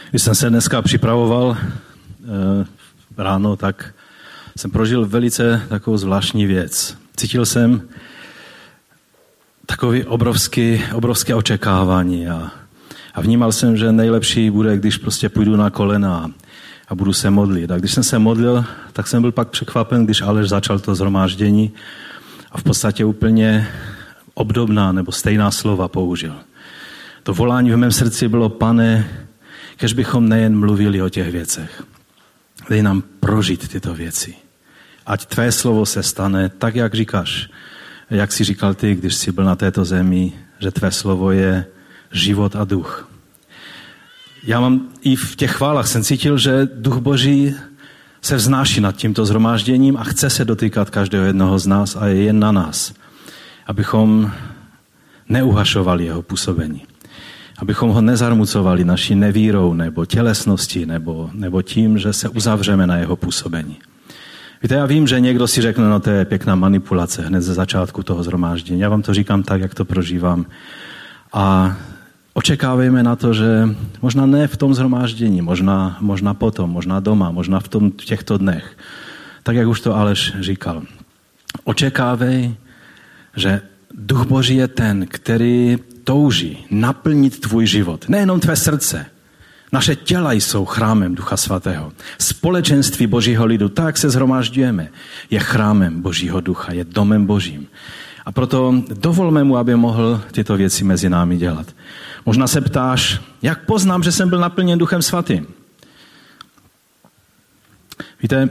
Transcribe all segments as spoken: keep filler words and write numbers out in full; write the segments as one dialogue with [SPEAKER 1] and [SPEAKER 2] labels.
[SPEAKER 1] Když jsem se dneska připravoval e, ráno, tak jsem prožil velice takovou zvláštní věc. Cítil jsem takový obrovský, obrovské očekávání a, a vnímal jsem, že nejlepší bude, když prostě půjdu na kolena a budu se modlit. A když jsem se modlil, tak jsem byl pak překvapen, když Aleš začal to shromáždění a v podstatě úplně obdobná nebo stejná slova použil. To volání v mém srdci bylo: Pane, kež bychom nejen mluvili o těch věcech. Dej nám prožít tyto věci. Ať tvé slovo se stane tak, jak říkáš, jak jsi říkal ty, když jsi byl na této zemi, že tvé slovo je život a duch. Já mám i v těch chválách jsem cítil, že Duch Boží se vznáší nad tímto shromážděním a chce se dotýkat každého jednoho z nás a je jen na nás, abychom neuhašovali jeho působení. Abychom ho nezarmucovali naší nevírou nebo tělesností nebo, nebo tím, že se uzavřeme na jeho působení. Víte, já vím, že někdo si řekne, no to je pěkná manipulace hned ze začátku toho shromáždění. Já vám to říkám tak, jak to prožívám. A očekávejme na to, že možná ne v tom shromáždění, možná, možná potom, možná doma, možná v, tom, v těchto dnech. Tak, jak už to Aleš říkal. Očekávej, že Duch Boží je ten, který touží naplnit tvůj život. Nejenom tvé srdce. Naše těla jsou chrámem Ducha Svatého. Společenství Božího lidu, tak se shromážďujeme, je chrámem Božího Ducha, je domem Božím. A proto dovolme mu, aby mohl tyto věci mezi námi dělat. Možná se ptáš, jak poznám, že jsem byl naplněn Duchem Svatým? Víte,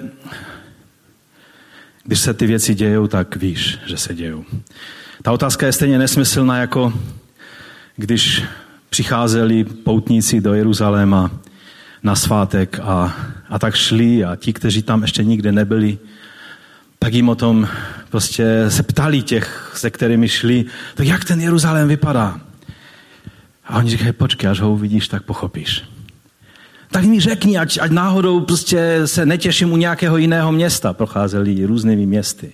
[SPEAKER 1] když se ty věci dějou, tak víš, že se dějou. Ta otázka je stejně nesmyslná, jako když přicházeli poutníci do Jeruzaléma na svátek a, a tak šli a ti, kteří tam ještě nikdy nebyli, tak jim o tom prostě se ptali těch, se kterými šli, tak jak ten Jeruzalém vypadá? A oni říkají, počkej, až ho uvidíš, tak pochopíš. Tak mi řekni, ať, ať náhodou prostě se netěším u nějakého jiného města. Procházeli různými městy.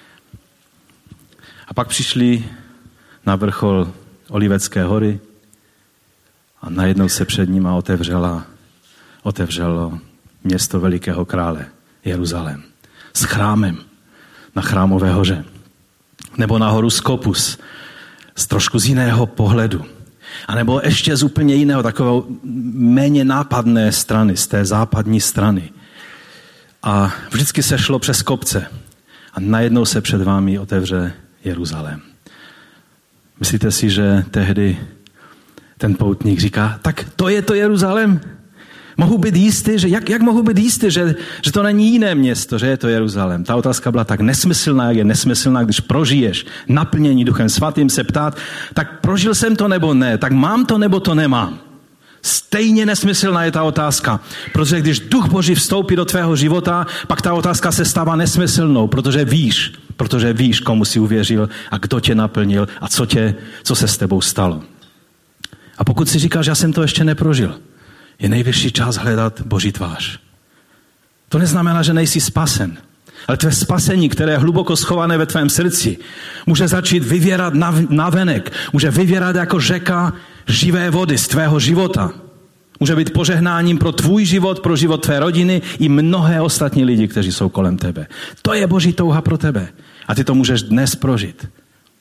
[SPEAKER 1] A pak přišli na vrchol Olivecké hory a najednou se před nima otevřela, otevřelo město velikého krále, Jeruzalém. S chrámem na Chrámové hoře. Nebo na horu Skopus, z trošku z jiného pohledu. A nebo ještě z úplně jiného, takového méně nápadné strany, z té západní strany. A vždycky se šlo přes kopce. A najednou se před vámi otevře Jeruzalém. Myslíte si, že tehdy ten poutník říká, tak to je to Jeruzalém? Mohu být jistý, že jak, jak mohu být jistý, že, že to není jiné město, že je to Jeruzalém? Ta otázka byla tak nesmyslná, jak je nesmyslná, když prožiješ naplnění Duchem Svatým, se ptát, tak prožil jsem to nebo ne, tak mám to nebo to nemám. Stejně nesmyslná je ta otázka, protože když Duch Boží vstoupí do tvého života, pak ta otázka se stává nesmyslnou, protože víš, protože víš, komu jsi uvěřil a kdo tě naplnil a co, tě, co se s tebou stalo. A pokud si říkáš, já jsem to ještě neprožil, je nejvyšší čas hledat Boží tvář. To neznamená, že nejsi spasen. Ale tvé spasení, které je hluboko schované ve tvém srdci, může začít vyvěrat navenek. Může vyvěrat jako řeka živé vody z tvého života. Může být požehnáním pro tvůj život, pro život tvé rodiny i mnohé ostatní lidi, kteří jsou kolem tebe. To je Boží touha pro tebe. A ty to můžeš dnes prožít.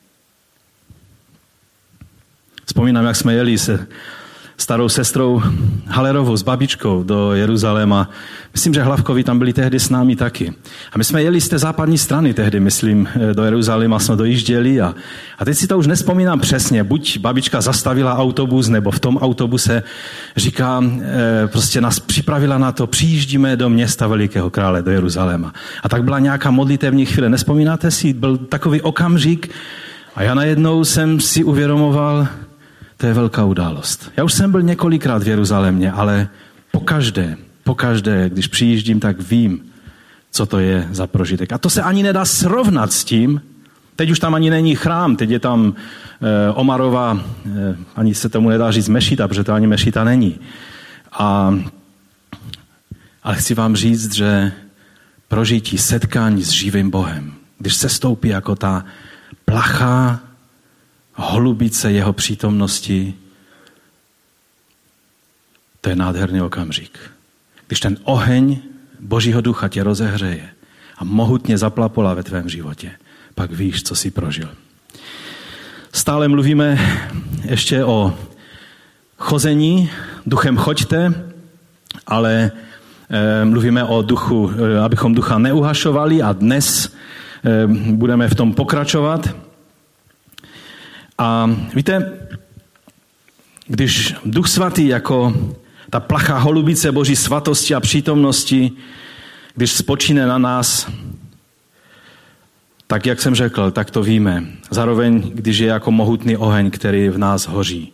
[SPEAKER 1] Vzpomínám, jak jsme jeli se starou sestrou Halerovou s babičkou do Jeruzaléma. Myslím, že Hlavkovi tam byli tehdy s námi taky. A my jsme jeli z té západní strany tehdy, myslím, do Jeruzaléma jsme dojížděli a, a teď si to už nespomínám přesně. Buď babička zastavila autobus, nebo v tom autobuse říká, e, prostě nás připravila na to, přijíždíme do města Velikého krále, do Jeruzaléma. A tak byla nějaká modlitevní chvíle. Nespomínáte si? Byl takový okamžik a já najednou jsem si uvědomoval, to je velká událost. Já už jsem byl několikrát v Jeruzalémě, ale pokaždé, pokaždé, když přijíždím, tak vím, co to je za prožitek. A to se ani nedá srovnat s tím. Teď už tam ani není chrám, teď je tam eh, Omarova, eh, ani se tomu nedá říct mešita, protože to ani mešita není. A, ale chci vám říct, že prožití setkání s živým Bohem, když se stoupí jako ta plachá holubice jeho přítomnosti, To je nádherný okamžik. Když ten oheň Božího ducha tě rozehřeje a mohutně zaplapola ve tvém životě, pak víš, co jsi prožil. Stále mluvíme ještě o chození, duchem choďte, ale e, mluvíme o duchu, e, abychom ducha neuhašovali a dnes e, budeme v tom pokračovat. A víte, když Duch Svatý jako ta plachá holubice Boží svatosti a přítomnosti, když spočíne na nás, tak jak jsem řekl, tak to víme. Zároveň, když je jako mohutný oheň, který v nás hoří.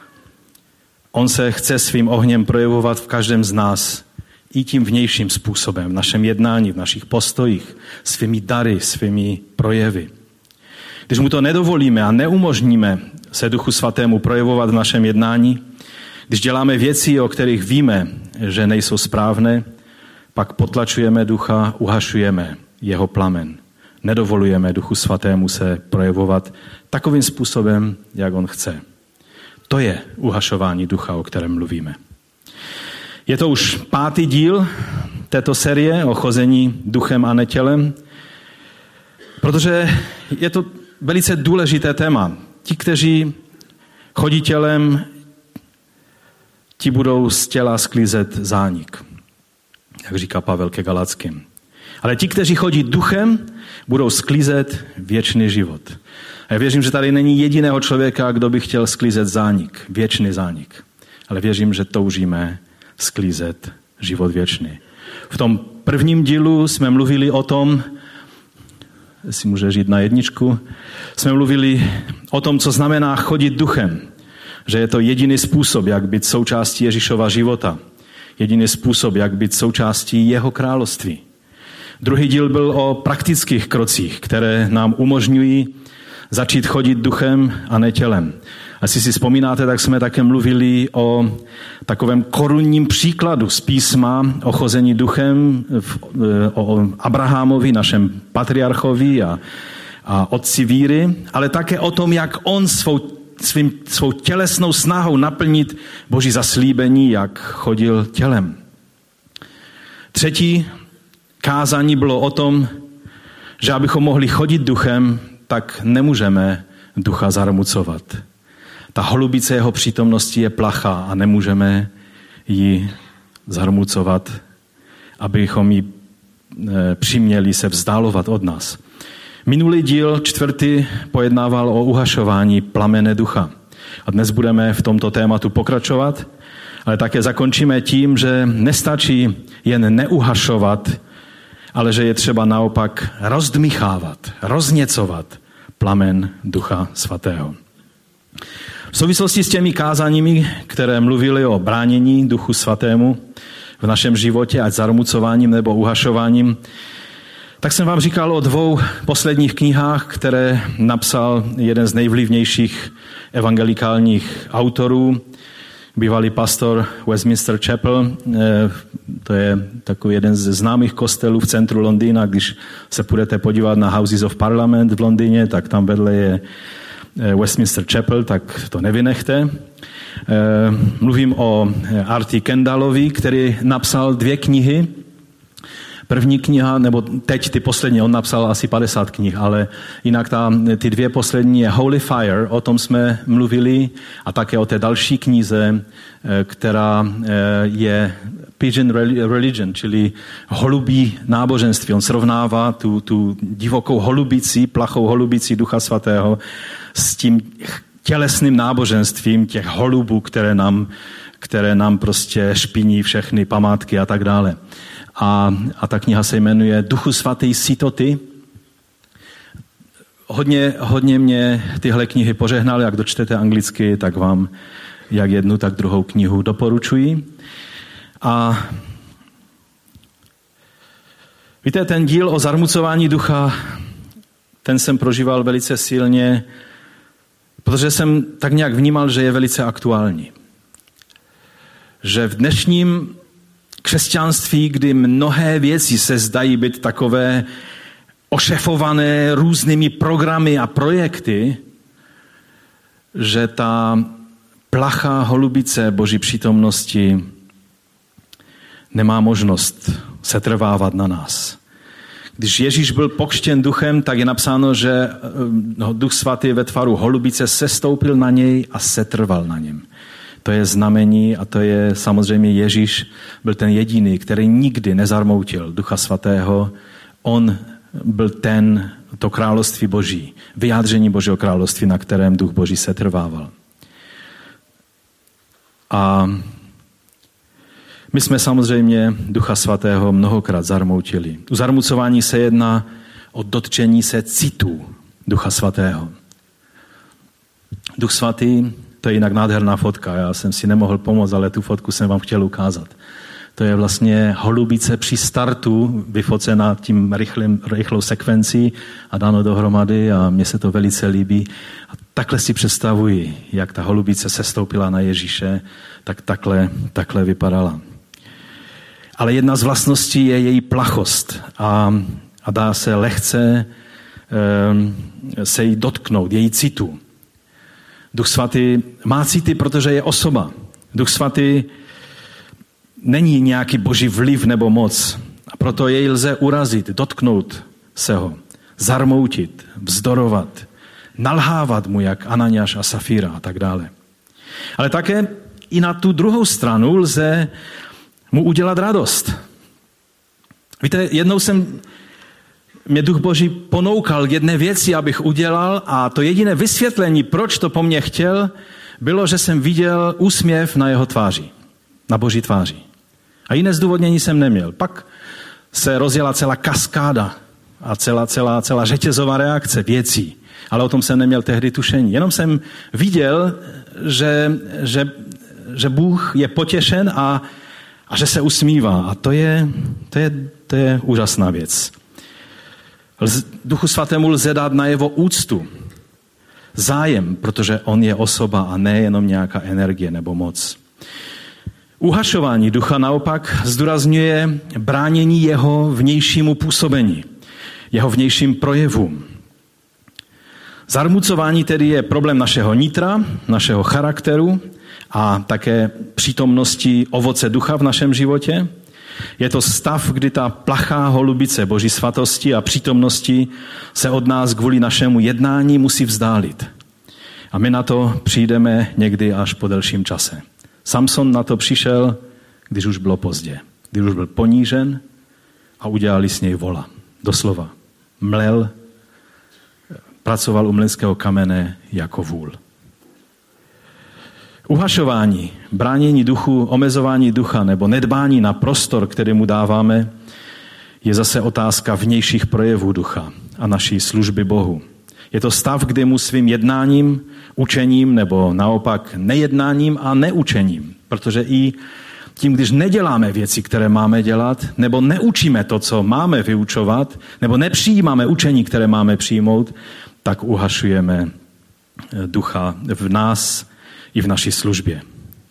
[SPEAKER 1] On se chce svým ohněm projevovat v každém z nás i tím vnějším způsobem, v našem jednání, v našich postojích, svými dary, svými projevy. Když mu to nedovolíme a neumožníme se Duchu Svatému projevovat v našem jednání, když děláme věci, o kterých víme, že nejsou správné, pak potlačujeme ducha, uhašujeme jeho plamen. Nedovolujeme Duchu Svatému se projevovat takovým způsobem, jak on chce. To je uhašování ducha, o kterém mluvíme. Je to už pátý díl této série o chození duchem a ne tělem, protože je to velice důležité téma. Ti, kteří chodí tělem, ti budou z těla sklízet zánik, jak říká Pavel ke Galackým. Ale ti, kteří chodí duchem, budou sklízet věčný život. A já věřím, že tady není jediného člověka, kdo by chtěl sklízet zánik, věčný zánik. Ale věřím, že toužíme sklízet život věčný. V tom prvním dílu jsme mluvili o tom, jestli může jít na jedničku, jsme mluvili o tom, co znamená chodit duchem. Že je to jediný způsob, jak být součástí Ježíšova života. Jediný způsob, jak být součástí jeho království. Druhý díl byl o praktických krocích, které nám umožňují začít chodit duchem a ne tělem. Asi si vzpomínáte, tak jsme také mluvili o takovém korunním příkladu z písma o chození duchem, o Abrahamovi, našem patriarchovi a, a otci víry, ale také o tom, jak on svou, svým, svou tělesnou snahou naplnit Boží zaslíbení, jak chodil tělem. Třetí kázání bylo o tom, že abychom mohli chodit duchem, tak nemůžeme ducha zarmucovat. Ta holubice jeho přítomnosti je plachá a nemůžeme ji zarmucovat, abychom ji přiměli se vzdálovat od nás. Minulý díl, čtvrtý, pojednával o uhašování plamene ducha. A dnes budeme v tomto tématu pokračovat, ale také zakončíme tím, že nestačí jen neuhašovat, ale že je třeba naopak rozdmychávat, rozněcovat plamen Ducha Svatého. V souvislosti s těmi kázáními, které mluvily o bránění Duchu Svatému v našem životě, ať zarmucováním nebo uhašováním, tak jsem vám říkal o dvou posledních knihách, které napsal jeden z nejvlivnějších evangelikálních autorů, bývalý pastor Westminster Chapel. To je takový jeden z známých kostelů v centru Londýna. Když se půjdete podívat na Houses of Parliament v Londýně, tak tam vedle je Westminster Chapel, tak to nevynechte. Mluvím o Arti Kendallovi, který napsal dvě knihy. První kniha, nebo teď ty poslední, on napsal asi padesát knih, ale jinak ta, ty dvě poslední je Holy Fire, o tom jsme mluvili, a také o té další knize, která je Pigeon Religion, čili holubí náboženství. On srovnává tu, tu divokou holubici, plachou holubici Ducha Svatého s tím tělesným náboženstvím těch holubů, které nám, které nám prostě špiní všechny památky a tak dále. A, a ta kniha se jmenuje Duchu Svatý sítoty. Hodně, hodně mě tyhle knihy požehnaly, jak dočtete anglicky, tak vám jak jednu, tak druhou knihu doporučuji. A víte, ten díl o zarmucování ducha, ten jsem prožíval velice silně, protože jsem tak nějak vnímal, že je velice aktuální. Že v dnešním křesťanství, kdy mnohé věci se zdají být takové ošefované různými programy a projekty, že ta plachá holubice Boží přítomnosti nemá možnost setrvávat na nás. Když Ježíš byl pokřtěn duchem, tak je napsáno, že no, Duch svatý ve tvaru holubice sestoupil na něj a setrval na něm. To je znamení a to je samozřejmě Ježíš byl ten jediný, který nikdy nezarmoutil Ducha svatého. On byl ten, to království Boží, vyjádření Božího království, na kterém Duch Boží setrvával. A my jsme samozřejmě Ducha svatého mnohokrát zarmoutili. U zarmucování se jedná o dotčení se citů Ducha svatého. Duch svatý, to je jinak nádherná fotka, já jsem si nemohl pomoct, ale tu fotku jsem vám chtěl ukázat. To je vlastně holubice při startu, vyfocená tím rychlým, rychlou sekvencí a dáno dohromady a mně se to velice líbí. A takhle si představuji, jak ta holubice sestoupila na Ježíše, tak takhle, takhle vypadala. Ale jedna z vlastností je její plachost a, a dá se lehce e, se jí dotknout, její citu. Duch svatý má city, protože je osoba. Duch svatý není nějaký boží vliv nebo moc. A proto jej lze urazit, dotknout se ho, zarmoutit, vzdorovat, nalhávat mu, jak Ananiáš a Safíra a tak dále. Ale také i na tu druhou stranu lze mu udělat radost. Víte, jednou jsem, mě Duch Boží ponoukal k jedné věci, abych udělal a to jediné vysvětlení, proč to po mně chtěl, bylo, že jsem viděl úsměv na jeho tváři, na Boží tváři. A jiné zdůvodnění jsem neměl. Pak se rozjela celá kaskáda a celá, celá, celá řetězová reakce věcí. Ale o tom jsem neměl tehdy tušení. Jenom jsem viděl, že, že, že Bůh je potěšen a, a že se usmívá. A to je, to je, to je úžasná věc. Lz, Duchu svatému lze dát najevo úctu, zájem, protože on je osoba a ne jenom nějaká energie nebo moc. Uhašování ducha naopak zdůrazňuje bránění jeho vnějšímu působení, jeho vnějším projevům. Zarmucování tedy je problém našeho nitra, našeho charakteru a také přítomnosti ovoce ducha v našem životě. Je to stav, kdy ta plachá holubice Boží svatosti a přítomnosti se od nás kvůli našemu jednání musí vzdálit. A my na to přijdeme někdy až po delším čase. Samson na to přišel, když už bylo pozdě. Když už byl ponížen a udělali s něj vola. Doslova. Mlel, pracoval u mlynského kamene jako vůl. Uhašování, bránění duchu, omezování ducha nebo nedbání na prostor, který mu dáváme, je zase otázka vnějších projevů ducha a naší služby Bohu. Je to stav, kdy mu svým jednáním, učením nebo naopak nejednáním a neučením. Protože i tím, když neděláme věci, které máme dělat, nebo neučíme to, co máme vyučovat, nebo nepřijímáme učení, které máme přijmout, tak uhašujeme ducha v nás i v naší službě.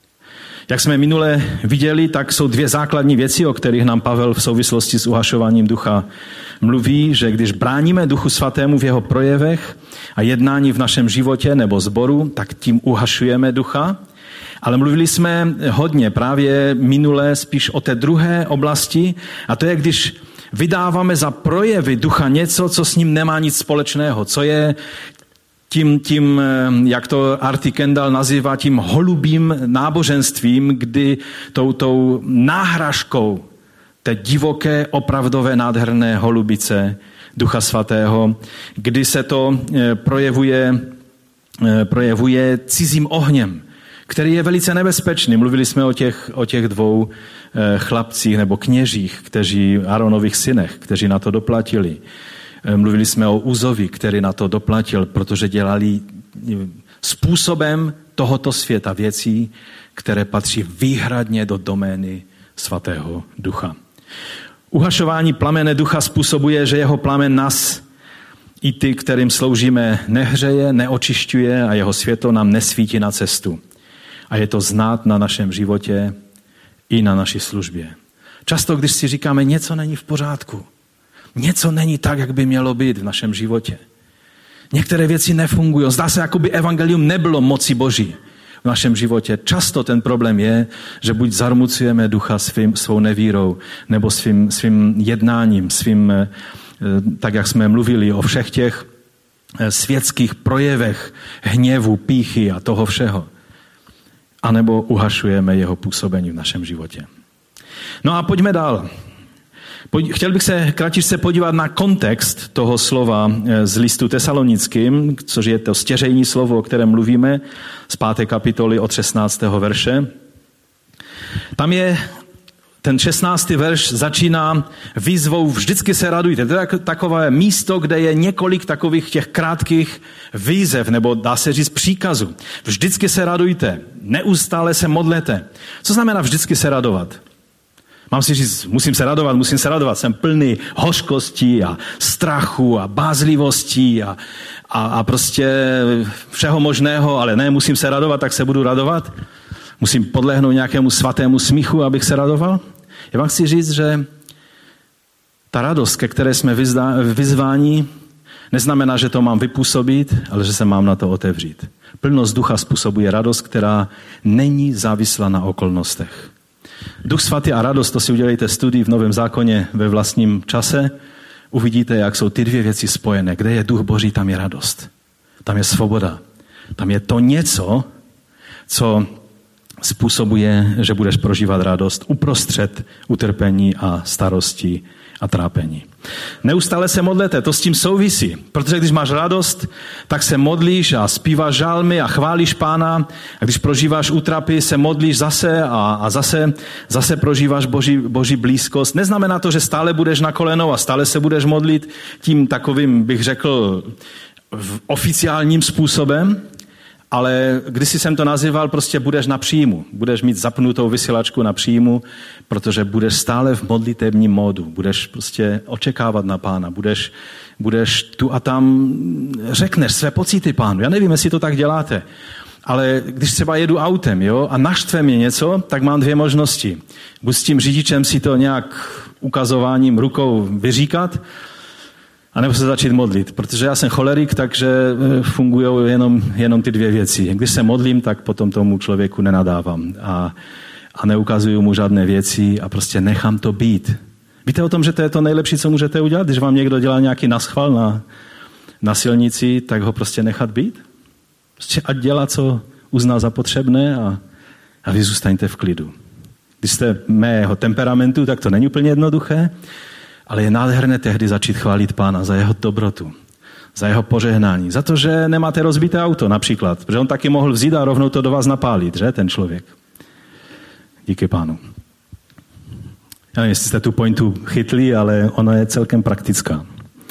[SPEAKER 1] Jak jsme minule viděli, tak jsou dvě základní věci, o kterých nám Pavel v souvislosti s uhašováním ducha mluví, že když bráníme Duchu svatému v jeho projevech a jednání v našem životě nebo sboru, tak tím uhašujeme ducha. Ale mluvili jsme hodně právě minule spíš o té druhé oblasti a to je, když vydáváme za projevy ducha něco, co s ním nemá nic společného, co je tím, tím, jak to Artie Kendall nazývá, tím holubým náboženstvím, kdy tou, tou náhražkou té divoké, opravdové, nádherné holubice Ducha svatého, kdy se to projevuje, projevuje cizím ohněm, který je velice nebezpečný. Mluvili jsme o těch, o těch dvou chlapcích nebo kněžích, kteří, Áronových synech, kteří na to doplatili. Mluvili jsme o Uzovi, který na to doplatil, protože dělali způsobem tohoto světa věcí, které patří výhradně do domény svatého ducha. Uhašování plamene ducha způsobuje, že jeho plamen nás i ty, kterým sloužíme, nehřeje, neočišťuje a jeho světlo nám nesvítí na cestu. A je to znát na našem životě i na naší službě. Často, když si říkáme, něco není v pořádku, něco není tak, jak by mělo být v našem životě. Některé věci nefungují. Zdá se, jako by evangelium nebylo moci Boží. v našem životě. Často ten problém je, že buď zarmucujeme ducha svým, svou nevírou, nebo svým, svým jednáním, svým, tak jak jsme mluvili o všech těch světských projevech hněvu, pýchy a toho všeho. A nebo uhašujeme jeho působení v našem životě. No a pojďme dál. Chtěl bych se kratičce podívat na kontext toho slova z listu Tesalonickým, což je to stěžejní slovo, o kterém mluvíme, z páté kapitoly od šestnáctého verše. Tam je ten šestnáctý verš začíná výzvou vždycky se radujte. To je takové místo, kde je několik takových těch krátkých výzev, nebo dá se říct příkazů. Vždycky se radujte, neustále se modlete. Co znamená vždycky se radovat? Mám si říct, musím se radovat, musím se radovat. Jsem plný hořkosti a strachu a bázlivostí a, a, a prostě všeho možného, ale ne, musím se radovat, tak se budu radovat. Musím podlehnout nějakému svatému smíchu, abych se radoval. Já vám chci říct, že ta radost, ke které jsme vyzváni, neznamená, že to mám vypůsobit, ale že se mám na to otevřít. Plnost ducha způsobuje radost, která není závislá na okolnostech. Duch svatý a radost, to si udělejte studii v Novém zákoně ve vlastním čase. Uvidíte, jak jsou ty dvě věci spojené. Kde je duch Boží, tam je radost. Tam je svoboda. Tam je to něco, co způsobuje, že budeš prožívat radost uprostřed utrpení a starosti a trápení. Neustále se modlete, to s tím souvisí, protože když máš radost, tak se modlíš a zpíváš žálmy a chválíš Pána, a když prožíváš útrapy, se modlíš zase a, a zase, zase prožíváš boží, boží blízkost. Neznamená to, že stále budeš na kolenou a stále se budeš modlit tím takovým, bych řekl, oficiálním způsobem, ale kdysi jsem to nazýval, prostě budeš na příjmu. Budeš mít zapnutou vysílačku na příjmu, protože budeš stále v modlitevním módu. Budeš prostě očekávat na Pána. Budeš, budeš tu a tam řekneš své pocity Pánu. Já nevím, jestli to tak děláte, ale když třeba jedu autem, jo, a naštve mě něco, tak mám dvě možnosti. Buď s tím řidičem si to nějak ukazováním rukou vyříkat, a nebo se začít modlit, protože já jsem cholerik, takže fungují jenom, jenom ty dvě věci. Když se modlím, tak potom tomu člověku nenadávám a, a neukazuju mu žádné věci a prostě nechám to být. Víte o tom, že to je to nejlepší, co můžete udělat? Když vám někdo dělá nějaký naschval na, na silnici, tak ho prostě nechat být? Prostě ať dělá, co uzná za potřebné a, a vy zůstaňte v klidu. Když jste mého temperamentu, tak to není úplně jednoduché, ale je nádherné tehdy začít chválit Pána za jeho dobrotu, za jeho požehnání, za to, že nemáte rozbité auto například, protože on taky mohl vzít a rovnou to do vás napálit, že, ten člověk. Díky Pánu. Já nevím, jestli jste tu pointu chytli, ale ona je celkem praktická.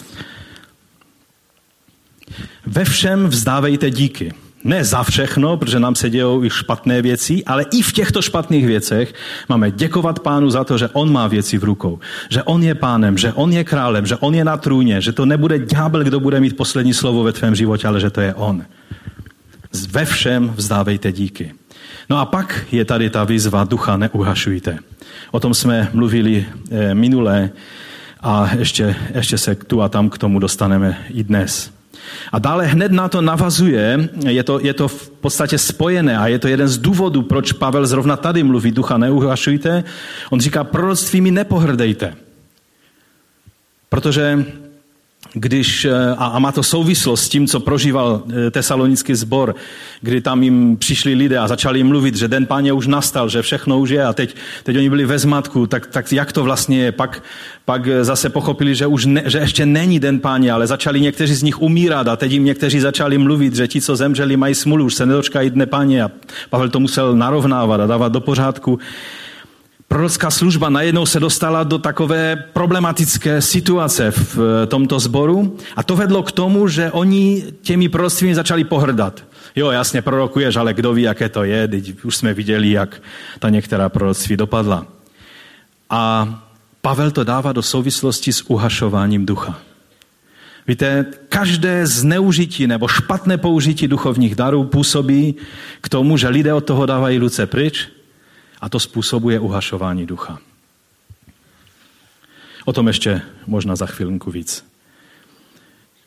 [SPEAKER 1] Ve všem vzdávejte díky. Ne za všechno, protože nám se dějou i špatné věci, ale i v těchto špatných věcech máme děkovat Pánu za to, že on má věci v rukou. Že on je pánem, že on je králem, že on je na trůně, že to nebude ďábel, kdo bude mít poslední slovo ve tvém životě, ale že to je on. Ve všem vzdávejte díky. No a pak je tady ta výzva ducha neuhašujte. O tom jsme mluvili eh, minule a ještě, ještě se tu a tam k tomu dostaneme i dnes. A dále hned na to navazuje, je to, je to v podstatě spojené a je to jeden z důvodů, proč Pavel zrovna tady mluví, ducha neuhašujte. On říká, proroctvími nepohrdejte. Protože když, a, a má to souvislost s tím, co prožíval tesalonický sbor, kdy tam jim přišli lidé a začali jim mluvit, že den Páně už nastal, že všechno už je a teď, teď oni byli ve zmatku, tak, tak jak to vlastně je? Pak, pak zase pochopili, že, už ne, že ještě není den Páně, ale začali někteří z nich umírat a teď jim někteří začali mluvit, že ti, co zemřeli, mají smůlu, už se nedočkají dne Páně a Pavel to musel narovnávat a dávat do pořádku. Prorocká služba najednou se dostala do takové problematické situace v tomto sboru a to vedlo k tomu, že oni těmi proroctvími začali pohrdat. Jo, jasně, prorokuješ, ale kdo ví, jaké to je, teď už jsme viděli, jak ta některá proroctví dopadla. A Pavel to dává do souvislosti s uhašováním ducha. Víte, každé zneužití nebo špatné použití duchovních darů působí k tomu, že lidé od toho dávají ruce pryč, a to způsobuje uhašování ducha. O tom ještě možná za chvilinku víc.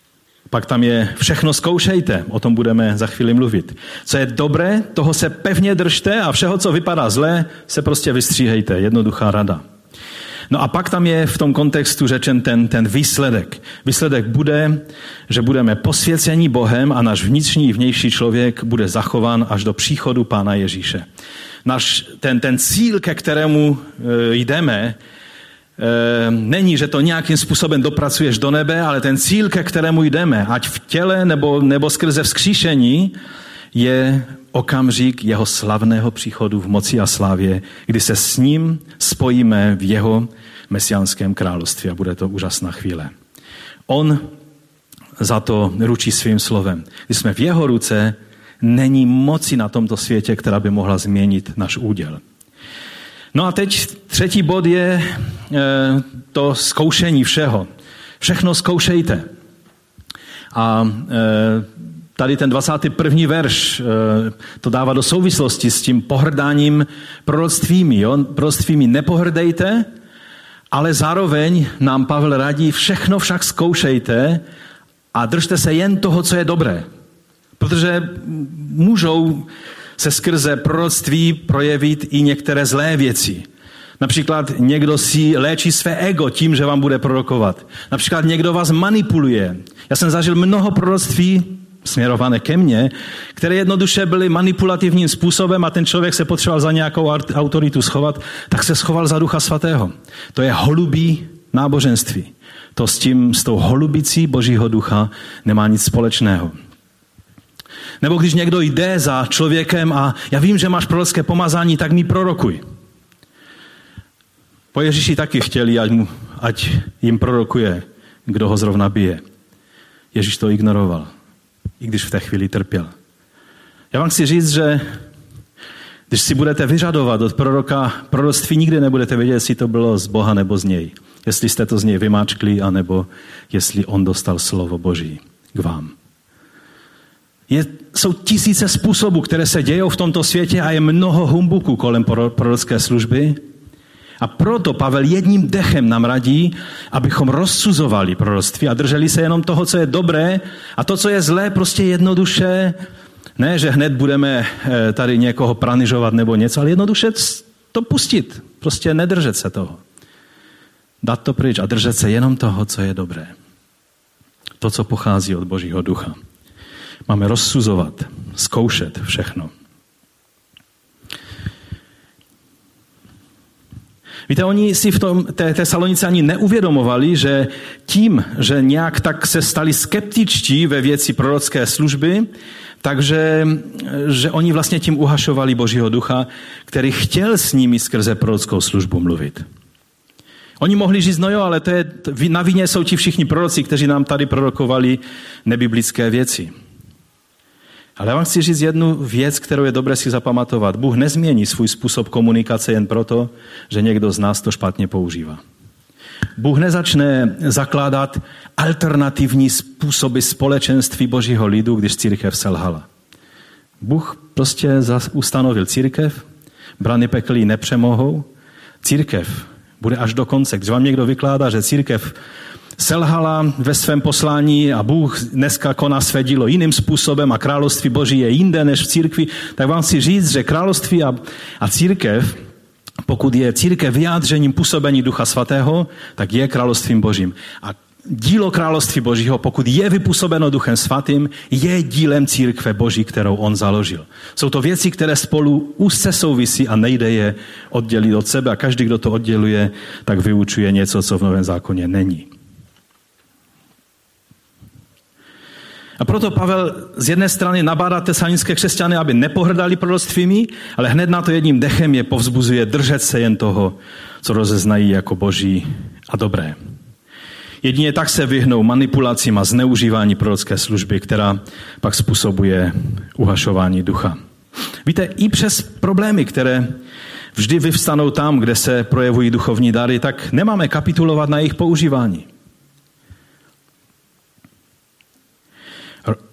[SPEAKER 1] Pak tam je všechno zkoušejte, o tom budeme za chvíli mluvit. Co je dobré, toho se pevně držte a všeho, co vypadá zlé, se prostě vystříhejte. Jednoduchá rada. No a pak tam je v tom kontextu řečen ten, ten výsledek. Výsledek bude, že budeme posvěceni Bohem a náš vnitřní i vnější člověk bude zachován až do příchodu Pána Ježíše. Náš, ten, ten cíl, ke kterému e, jdeme, e, není, že to nějakým způsobem dopracuješ do nebe, ale ten cíl, ke kterému jdeme, ať v těle nebo, nebo skrze vzkříšení, je okamžik jeho slavného příchodu v moci a slávě, kdy se s ním spojíme v jeho mesiánském království a bude to úžasná chvíle. On za to ručí svým slovem. Když jsme v jeho ruce, není moci na tomto světě, která by mohla změnit náš úděl. No a teď třetí bod je to zkoušení všeho. Všechno zkoušejte. A tady ten dvacátý první verš to dává do souvislosti s tím pohrdáním proroctvími. Jo? Proroctvími nepohrdejte, ale zároveň nám Pavel radí, všechno však zkoušejte a držte se jen toho, co je dobré. Protože můžou se skrze proroctví projevit i některé zlé věci. Například někdo si léčí své ego tím, že vám bude prorokovat. Například někdo vás manipuluje. Já jsem zažil mnoho proroctví směrované ke mně, které jednoduše byly manipulativním způsobem a ten člověk se potřeboval za nějakou autoritu schovat, tak se schoval za Ducha Svatého. To je holubí náboženství. To s tím, s tou holubicí Božího ducha nemá nic společného. Nebo když někdo jde za člověkem a já vím, že máš prorocké pomazání, tak mi prorokuj. Po Ježíši taky chtěli, ať, mu, ať jim prorokuje, kdo ho zrovna bije. Ježíš to ignoroval, i když v té chvíli trpěl. Já vám chci říct, že když si budete vyžadovat od proroka proroctví, nikdy nebudete vědět, jestli to bylo z Boha nebo z něj. Jestli jste to z něj vymáčkli, anebo jestli on dostal slovo Boží k vám. Je, jsou tisíce způsobů, které se dějou v tomto světě a je mnoho humbuků kolem prorocké služby. A proto Pavel jedním dechem nám radí, abychom rozsuzovali proroctví a drželi se jenom toho, co je dobré a to, co je zlé, prostě jednoduše, ne, že hned budeme tady někoho pranižovat nebo něco, ale jednoduše to pustit, prostě nedržet se toho. Dát to pryč a držet se jenom toho, co je dobré. To, co pochází od Božího ducha. Máme rozsuzovat, zkoušet všechno. Víte, oni si v tom té Tesalonice ani neuvědomovali, že tím, že nějak tak se stali skeptičtí ve věci prorocké služby, takže že oni vlastně tím uhašovali Božího ducha, který chtěl s nimi skrze prorockou službu mluvit. Oni mohli říct, no jo, ale to je, na vině jsou ti všichni proroci, kteří nám tady prorokovali nebiblické věci. Ale já vám chci říct jednu věc, kterou je dobré si zapamatovat. Bůh nezmění svůj způsob komunikace jen proto, že někdo z nás to špatně používá. Bůh nezačne zakládat alternativní způsoby společenství Božího lidu, když církev selhala. Bůh prostě ustanovil církev, brany peklí nepřemohou, církev bude až do konce. Když vám někdo vykládá, že církev selhala ve svém poslání a Bůh dneska koná své dílo jiným způsobem a království Boží je jinde než v církvi, tak vám chci říct, že království a, a církev, pokud je církev vyjádřením působení Ducha Svatého, tak je královstvím Božím. A dílo království Božího, pokud je vypůsobeno Duchem Svatým, je dílem církve Boží, kterou on založil. Jsou to věci, které spolu úzce souvisí a nejde je oddělit od sebe a každý, kdo to odděluje, tak vyučuje něco, co v Novém zákoně není. A proto Pavel z jedné strany nabádá tesalonické křesťany, aby nepohrdali proroctvími, ale hned na to jedním dechem je povzbuzuje držet se jen toho, co rozeznají jako boží a dobré. Jedině tak se vyhnou manipulacím a zneužívání prorocké služby, která pak způsobuje uhašování ducha. Víte, i přes problémy, které vždy vyvstanou tam, kde se projevují duchovní dary, tak nemáme kapitulovat na jejich používání.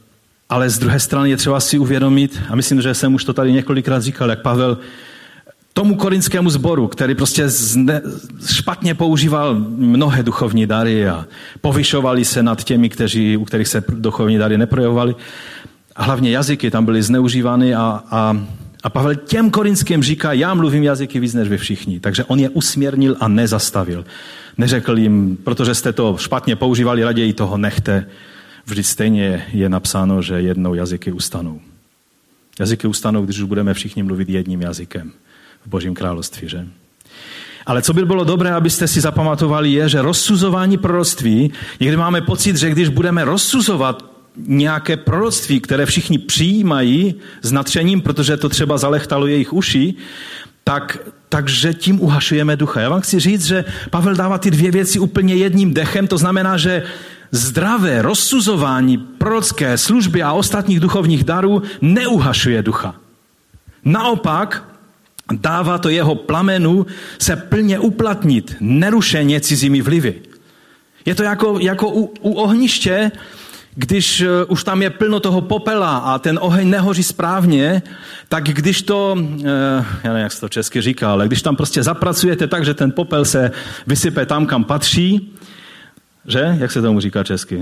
[SPEAKER 1] Ale z druhé strany je třeba si uvědomit, a myslím, že jsem už to tady několikrát říkal, jak Pavel tomu korintskému sboru, který prostě zne, špatně používal mnohé duchovní dary a povyšovali se nad těmi, kteří, u kterých se duchovní dary neprojevovaly. A hlavně jazyky tam byly zneužívány a, a, a Pavel těm korintským říká, já mluvím jazyky víc než vy všichni. Takže on je usměrnil a nezastavil. Neřekl jim, protože jste to špatně používali, raději toho nechte. Vždyť stejně je napsáno, že jednou jazyky ustanou. Jazyky ustanou, když už budeme všichni mluvit jedním jazykem v Božím království, že? Ale co by bylo dobré, abyste si zapamatovali, je, že rozsuzování proroctví, někdy máme pocit, že když budeme rozsuzovat nějaké proroctví, které všichni přijímají s nadšením, protože to třeba zalechtalo jejich uši, tak, takže tím uhašujeme ducha. Já vám chci říct, že Pavel dává ty dvě věci úplně jedním dechem, to znamená, že zdravé rozsuzování prorocké služby a ostatních duchovních darů neuhašuje ducha. Naopak dává to jeho plamenu se plně uplatnit, nerušeně cizími vlivy. Je to jako, jako u, u ohniště, když už tam je plno toho popela a ten oheň nehoří správně, tak když to, já nevím, jak se to česky říká, ale když tam prostě zapracujete tak, že ten popel se vysype tam, kam patří, že? Jak se tomu říká česky?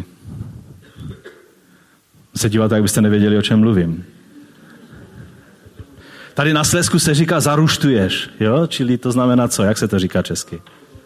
[SPEAKER 1] Se díváte, jak byste nevěděli, o čem mluvím. Tady na Slezsku se říká zaruštuješ, jo? Čili to znamená co? Jak se to říká česky?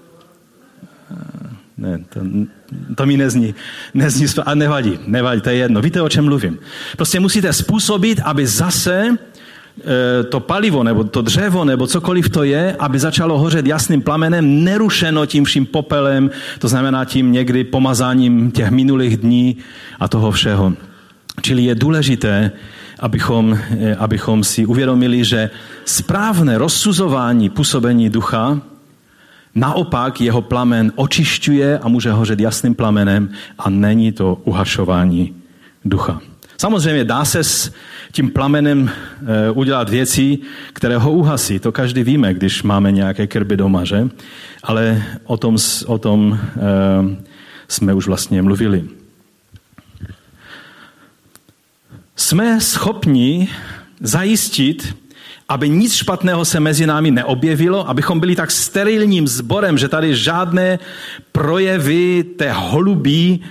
[SPEAKER 1] Ne, to, to mi nezní. nezní a nevadí, nevadí, to je jedno. Víte, o čem mluvím. Prostě musíte způsobit, aby zase e, to palivo, nebo to dřevo, nebo cokoliv to je, aby začalo hořet jasným plamenem, nerušeno tím vším popelem, to znamená tím někdy pomazáním těch minulých dní a toho všeho. Čili je důležité, abychom, e, abychom si uvědomili, že správné rozsuzování působení ducha naopak jeho plamen očišťuje a může hořet jasným plamenem a není to uhašování ducha. Samozřejmě dá se s tím plamenem e, udělat věci, které ho uhasí. To každý víme, když máme nějaké krby doma, že? Ale o tom, o tom e, jsme už vlastně mluvili. Jsme schopni zajistit, aby nic špatného se mezi námi neobjevilo, abychom byli tak sterilním sborem, že tady žádné projevy té holubí,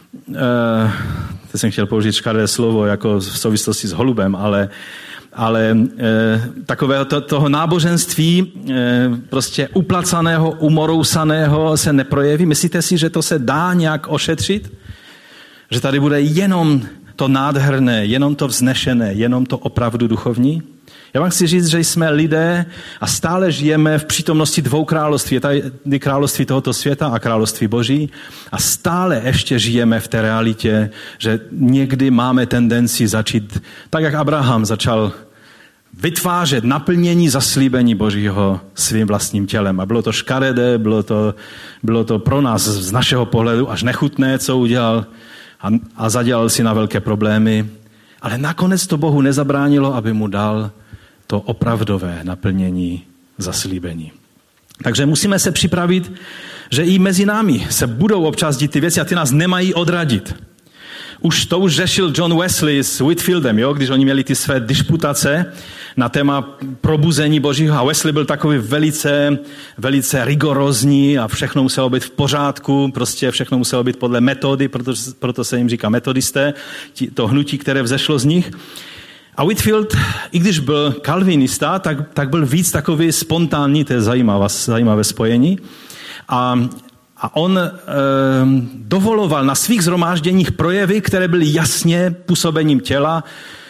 [SPEAKER 1] eh, to jsem chtěl použít škaredé slovo jako v souvislosti s holubem, ale, ale eh, takového to, toho náboženství eh, prostě uplacaného, umorousaného se neprojeví. Myslíte si, že to se dá nějak ošetřit? Že tady bude jenom to nádherné, jenom to vznešené, jenom to opravdu duchovní? Já vám chci říct, že jsme lidé a stále žijeme v přítomnosti dvou království. Je tady království tohoto světa a království Boží. A stále ještě žijeme v té realitě, že někdy máme tendenci začít, tak jak Abraham začal vytvářet naplnění zaslíbení Božího svým vlastním tělem. A bylo to škaredé, bylo to, bylo to pro nás z našeho pohledu až nechutné, co udělal a, a zadělal si na velké problémy. Ale nakonec to Bohu nezabránilo, aby mu dal to opravdové naplnění zaslíbení. Takže musíme se připravit, že i mezi námi se budou občas dít ty věci a ty nás nemají odradit. Už to už řešil John Wesley s Whitfieldem, jo, když oni měli ty své disputace na téma probuzení Božího. A Wesley byl takový velice, velice rigorózní a všechno muselo být v pořádku, prostě všechno muselo být podle metody, proto, proto se jim říká metodisté, to hnutí, které vzešlo z nich. A Whitfield, i když byl kalvinista, tak, tak byl víc takový spontánní, to je zajímavé, zajímavé spojení. A, a on e, dovoloval na svých shromážděních projevy, které byly jasně působením těla.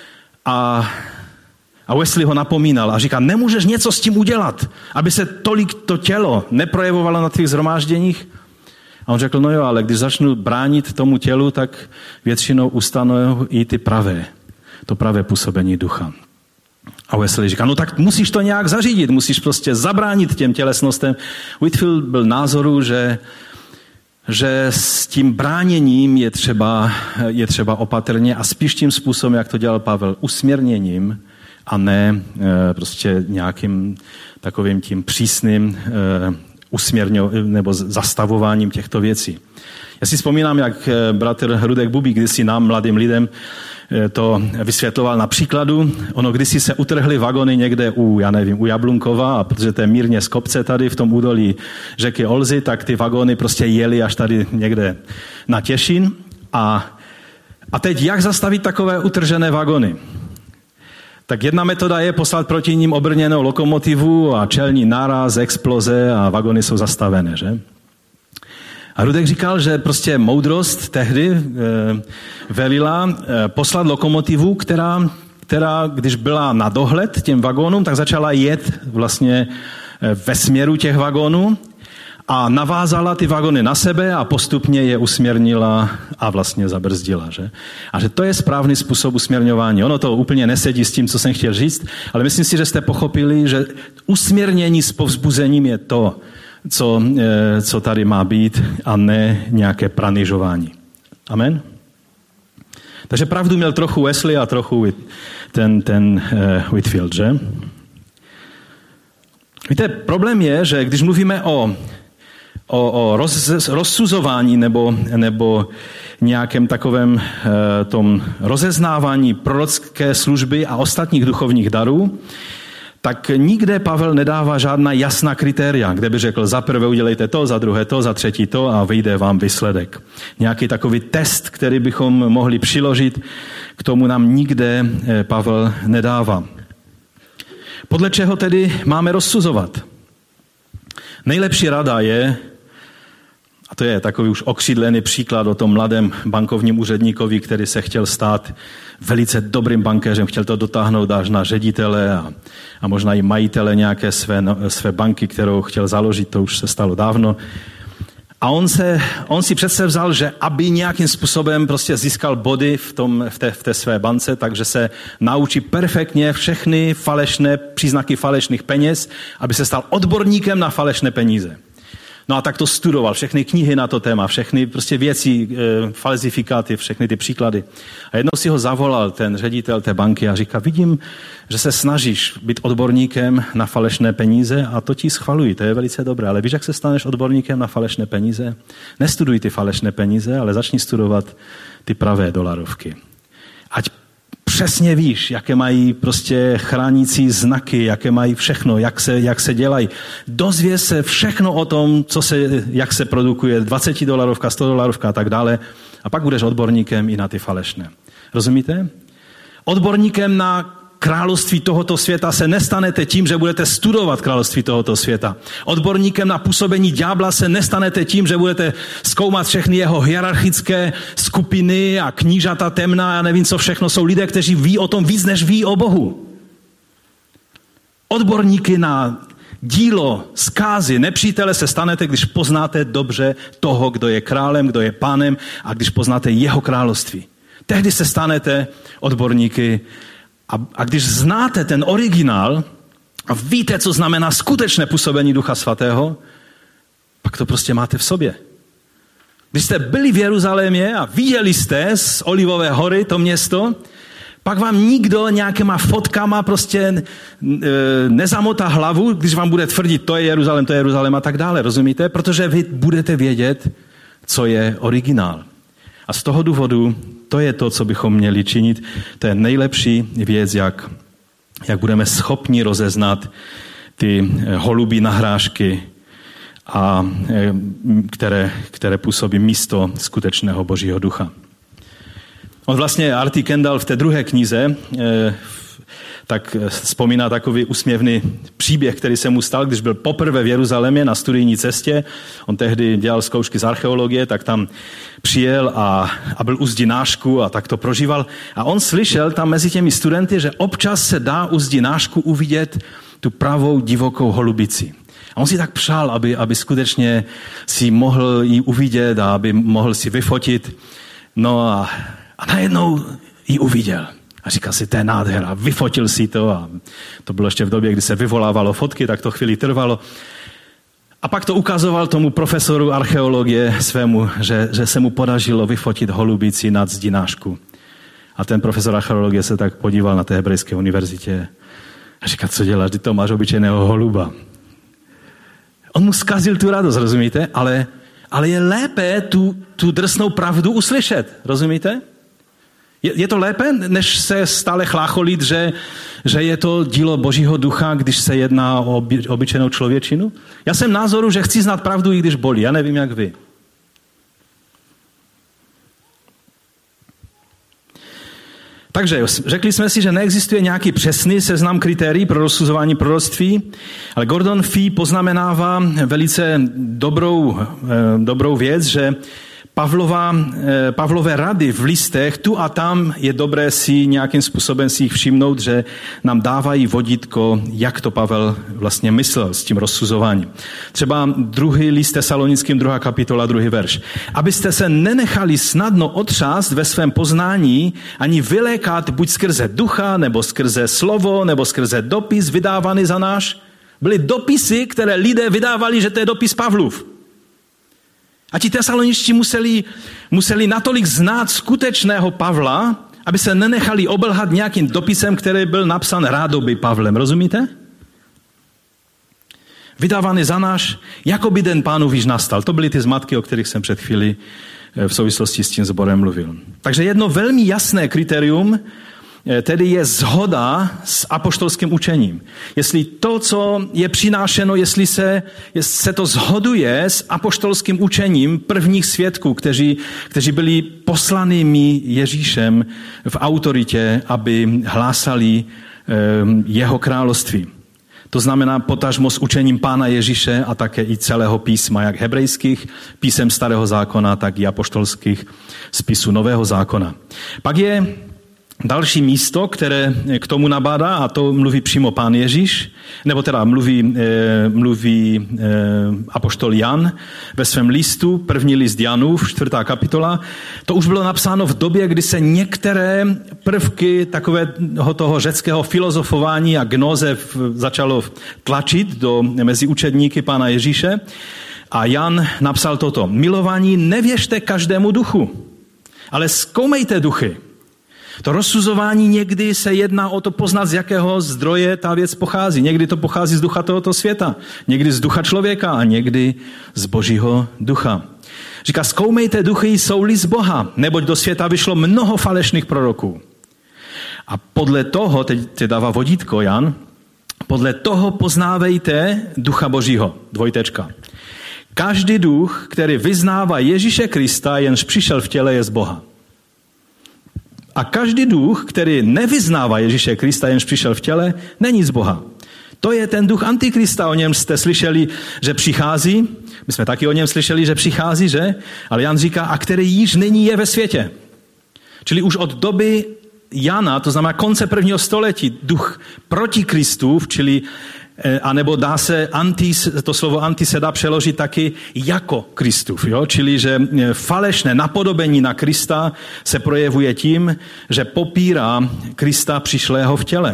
[SPEAKER 1] A, a Wesley ho napomínal a říká, nemůžeš něco s tím udělat, aby se tolik to tělo neprojevovalo na tvých shromážděních. A on řekl, no jo, ale když začnu bránit tomu tělu, tak většinou ustanou i ty pravé. To pravé působení ducha. A Wesley říká, no tak musíš to nějak zařídit, musíš prostě zabránit těm tělesnostem. Whitfield byl názoru, že, že s tím bráněním je třeba, je třeba opatrně a spíš tím způsobem, jak to dělal Pavel, usměrněním a ne e, prostě nějakým takovým tím přísným e, usměrňo, nebo zastavováním těchto věcí. Já si vzpomínám, jak bratr Rudek Bubík kdysi nám, mladým lidem, to vysvětloval na příkladu. Ono kdysi se utrhly vagony někde u, já nevím, u Jablunkova, a protože to je mírně z kopce tady v tom údolí řeky Olzy, tak ty vagony prostě jeli až tady někde na Těšín. A, a teď jak zastavit takové utržené vagony? Tak jedna metoda je poslat proti ním obrněnou lokomotivu a čelní náraz, exploze a vagony jsou zastavené, že? A Rudek říkal, že prostě moudrost tehdy e, velila e, poslat lokomotivu, která, která, když byla na dohled těm vagónům, tak začala jet vlastně e, ve směru těch vagónů a navázala ty vagony na sebe a postupně je usměrnila a vlastně zabrzdila. Že? A že to je správný způsob usměrňování. Ono to úplně nesedí s tím, co jsem chtěl říct, ale myslím si, že jste pochopili, že usměrnění s povzbuzením je to, co, co tady má být, a ne nějaké pranižování. Amen? Takže pravdu měl trochu Wesley a trochu ten, ten uh, Whitefield, že? Víte, problém je, že když mluvíme o, o, o roz, rozsuzování nebo, nebo nějakém takovém uh, tom rozeznávání prorocké služby a ostatních duchovních darů, tak nikde Pavel nedává žádná jasná kritéria, kde by řekl, za prvé udělejte to, za druhé to, za třetí to a vyjde vám výsledek. Nějaký takový test, který bychom mohli přiložit, k tomu nám nikde Pavel nedává. Podle čeho tedy máme rozsuzovat? Nejlepší rada je, a to je takový už okřídlený příklad o tom mladém bankovním úředníkovi, který se chtěl stát velice dobrým bankéřem, chtěl to dotáhnout až na ředitele a, a možná i majitele nějaké své, no, své banky, kterou chtěl založit, to už se stalo dávno. A on, se, on si přece vzal, že aby nějakým způsobem prostě získal body v, tom, v, té, v té své bance, takže se naučí perfektně všechny falešné příznaky falešných peněz, aby se stal odborníkem na falešné peníze. No a tak to studoval, všechny knihy na to téma, všechny prostě věci, e, falzifikáty, všechny ty příklady. A jednou si ho zavolal ten ředitel té banky a říká, vidím, že se snažíš být odborníkem na falešné peníze a to ti schvaluji, to je velice dobré. Ale víš, jak se staneš odborníkem na falešné peníze? Nestuduj ty falešné peníze, ale začni studovat ty pravé dolarovky. Ať přesně víš, jaké mají prostě chránící znaky, jaké mají všechno, jak se, jak se dělají. Dozvěz se všechno o tom, co se, jak se produkuje dvacet dolarovka, sto dolarovka a tak dále. A pak budeš odborníkem i na ty falešné. Rozumíte? Odborníkem na království tohoto světa se nestanete tím, že budete studovat království tohoto světa. Odborníkem na působení ďábla se nestanete tím, že budete zkoumat všechny jeho hierarchické skupiny a knížata temná a nevím co všechno. Jsou lidé, kteří ví o tom víc, než ví o Bohu. Odborníky na dílo, zkázy, nepřítele se stanete, když poznáte dobře toho, kdo je králem, kdo je pánem a když poznáte jeho království. Tehdy se stanete odborníky. A, a když znáte ten originál a víte, co znamená skutečné působení Ducha Svatého, pak to prostě máte v sobě. Když jste byli v Jeruzalémě a viděli jste z Olivové hory to město, pak vám nikdo nějakýma fotkama prostě e, nezamotá hlavu, když vám bude tvrdit, to je Jeruzalém, to je Jeruzalém a tak dále, rozumíte? Protože vy budete vědět, co je originál. A z toho důvodu to je to, co bychom měli činit. To je nejlepší věc, jak, jak budeme schopni rozeznat ty holubí nahrážky, a, které, které působí místo skutečného Božího ducha. On vlastně, Artie Kendall v té druhé knize, tak vzpomíná takový úsměvný příběh, který se mu stal, když byl poprvé v Jeruzalémě na studijní cestě. On tehdy dělal zkoušky z archeologie, tak tam přijel a, a byl u zdi nášku a tak to prožíval. A on slyšel tam mezi těmi studenty, že občas se dá u zdi nášku uvidět tu pravou divokou holubici. A on si tak přál, aby, aby skutečně si mohl ji uvidět a aby mohl si vyfotit. No a, a najednou ji uviděl. A říkal si, to je nádhera. Vyfotil si to a to bylo ještě v době, kdy se vyvolávalo fotky, tak to chvíli trvalo. A pak to ukazoval tomu profesoru archeologie svému, že, že se mu podařilo vyfotit holubici nad zdí nášku. A ten profesor archeologie se tak podíval na té hebrejské univerzitě a říkal, co děláš, ty to máš obyčejného holuba. On mu zkazil tu radost, rozumíte? Ale, ale je lépe tu, tu drsnou pravdu uslyšet, rozumíte? Je, je to lépe, než se stále chlácholit, že, že je to dílo Božího ducha, když se jedná o oby, obyčejnou člověčinu? Já jsem názoru, že chci znát pravdu, i když bolí. Já nevím, jak vy. Takže řekli jsme si, že neexistuje nějaký přesný seznam kritérií pro rozsuzování proroctví, ale Gordon Fee poznamenává velice dobrou, dobrou věc, že Pavlova, Pavlové rady v listech tu a tam je dobré si nějakým způsobem si jich všimnout, že nám dávají vodítko, jak to Pavel vlastně myslel s tím rozsuzováním. Třeba druhý list Tesalonickým, druhá kapitola, druhý verš. Abyste se nenechali snadno otřást ve svém poznání, ani vylékat buď skrze ducha, nebo skrze slovo, nebo skrze dopis vydávaný za náš. Byly dopisy, které lidé vydávali, že to je dopis Pavlův. A ti tesaloničtí museli, museli natolik znát skutečného Pavla, aby se nenechali obelhat nějakým dopisem, který byl napsán rádoby Pavlem. Rozumíte? Vydávaný za náš, jako by den Pánův již nastal. To byly ty zmatky, o kterých jsem před chvíli v souvislosti s tím sborem mluvil. Takže jedno velmi jasné kritérium tedy je shoda s apoštolským učením. Jestli to, co je přinášeno, jestli se, jestli se to shoduje s apoštolským učením prvních svědků, kteří, kteří byli poslanými Ježíšem v autoritě, aby hlásali jeho království. To znamená potažmo s učením Pána Ježíše a také i celého písma, jak hebrejských písem Starého zákona, tak i apoštolských spisů Nového zákona. Pak je další místo, které k tomu nabádá, a to mluví přímo Pán Ježíš, nebo teda mluví, e, mluví e, apoštol Jan ve svém listu, první list Janův, čtvrtá kapitola. To už bylo napsáno v době, kdy se některé prvky takového toho řeckého filozofování a gnoze začalo tlačit do, mezi učedníky Pána Ježíše. A Jan napsal toto. Milování nevěřte každému duchu, ale zkoumejte duchy. To rozsuzování někdy se jedná o to poznat, z jakého zdroje ta věc pochází. Někdy to pochází z ducha tohoto světa, někdy z ducha člověka a někdy z Božího ducha. Říká, zkoumejte duchy, jsou-li z Boha, neboť do světa vyšlo mnoho falešných proroků. A podle toho, teď, teď dává vodítko Jan, podle toho poznávejte ducha Božího. Dvojtečka. Každý duch, který vyznává Ježíše Krista, jenž přišel v těle, je z Boha. A každý duch, který nevyznává Ježíše Krista, jenž přišel v těle, není z Boha. To je ten duch Antikrista, o něm jste slyšeli, že přichází. My jsme taky o něm slyšeli, že přichází, že? Ale Jan říká, a který již nyní je ve světě. Čili už od doby Jana, to znamená konce prvního století, duch proti Kristův, čili a nebo dá se anti, to slovo anti se dá přeložit taky jako Kristův, jo? Čili že falešné napodobení na Krista se projevuje tím, že popírá Krista přišlého v těle.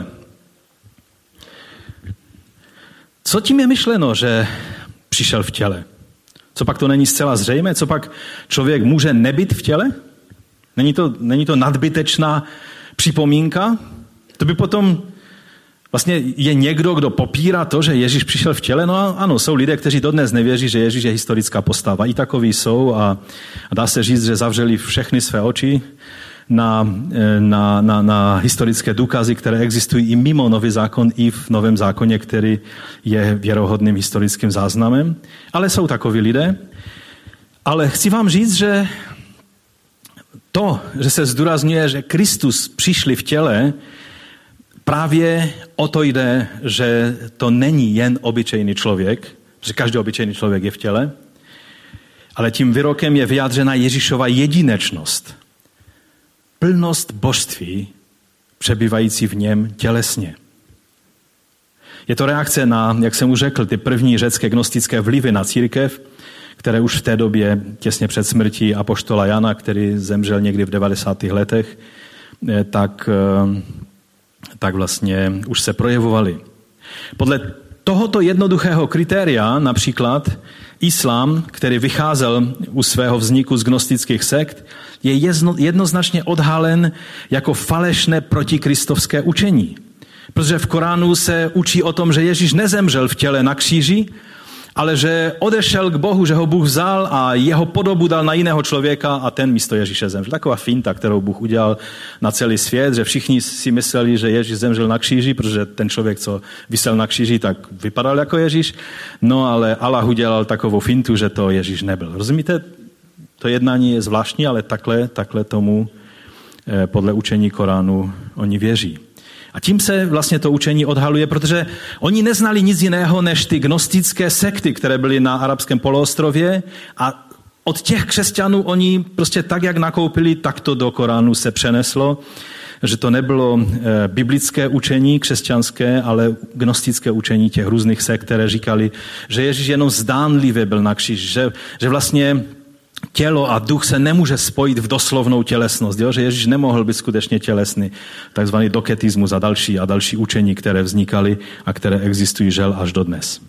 [SPEAKER 1] Co tím je myšleno, že přišel v těle? Co pak to není zcela zřejmé? Co pak člověk může nebýt v těle? Není to, není to nadbytečná připomínka? To by potom vlastně je někdo, kdo popírá to, že Ježíš přišel v těle. No ano, jsou lidé, kteří dodnes nevěří, že Ježíš je historická postava. I takoví jsou a, a dá se říct, že zavřeli všechny své oči na, na, na, na historické důkazy, které existují i mimo Nový zákon, i v Novém zákoně, který je věrohodným historickým záznamem. Ale jsou takoví lidé. Ale chci vám říct, že to, že se zdůrazňuje, že Kristus přišli v těle, právě o to jde, že to není jen obyčejný člověk, že každý obyčejný člověk je v těle, ale tím výrokem je vyjádřena Ježíšova jedinečnost. Plnost božství, přebývající v něm tělesně. Je to reakce na, jak jsem už řekl, ty první řecké gnostické vlivy na církev, které už v té době, těsně před smrtí apoštola Jana, který zemřel někdy v devadesátých letech, tak, tak vlastně už se projevovaly. Podle tohoto jednoduchého kritéria, například islám, který vycházel u svého vzniku z gnostických sekt, je jednoznačně odhalen jako falešné protikristovské učení. Protože v Koránu se učí o tom, že Ježíš nezemřel v těle na kříži, ale že odešel k Bohu, že ho Bůh vzal a jeho podobu dal na jiného člověka a ten místo Ježíše zemřel. Taková finta, kterou Bůh udělal na celý svět, že všichni si mysleli, že Ježíš zemřel na kříži, protože ten člověk, co visel na kříži, tak vypadal jako Ježíš. No ale Allah udělal takovou fintu, že to Ježíš nebyl. Rozumíte? To jednání je zvláštní, ale takhle, takhle tomu podle učení Koránu oni věří. A tím se vlastně to učení odhaluje, protože oni neznali nic jiného než ty gnostické sekty, které byly na arabském poloostrově a od těch křesťanů oni prostě tak, jak nakoupili, tak to do Koránu se přeneslo, že to nebylo biblické učení křesťanské, ale gnostické učení těch různých sekt, které říkali, že Ježíš jenom zdánlivě byl na kříži, že, že vlastně tělo a duch se nemůže spojit v doslovnou tělesnost, jo? Že Ježíš nemohl být skutečně tělesný, takzvaný doketismus a další a další učení, které vznikaly a které existují žel až dodnes.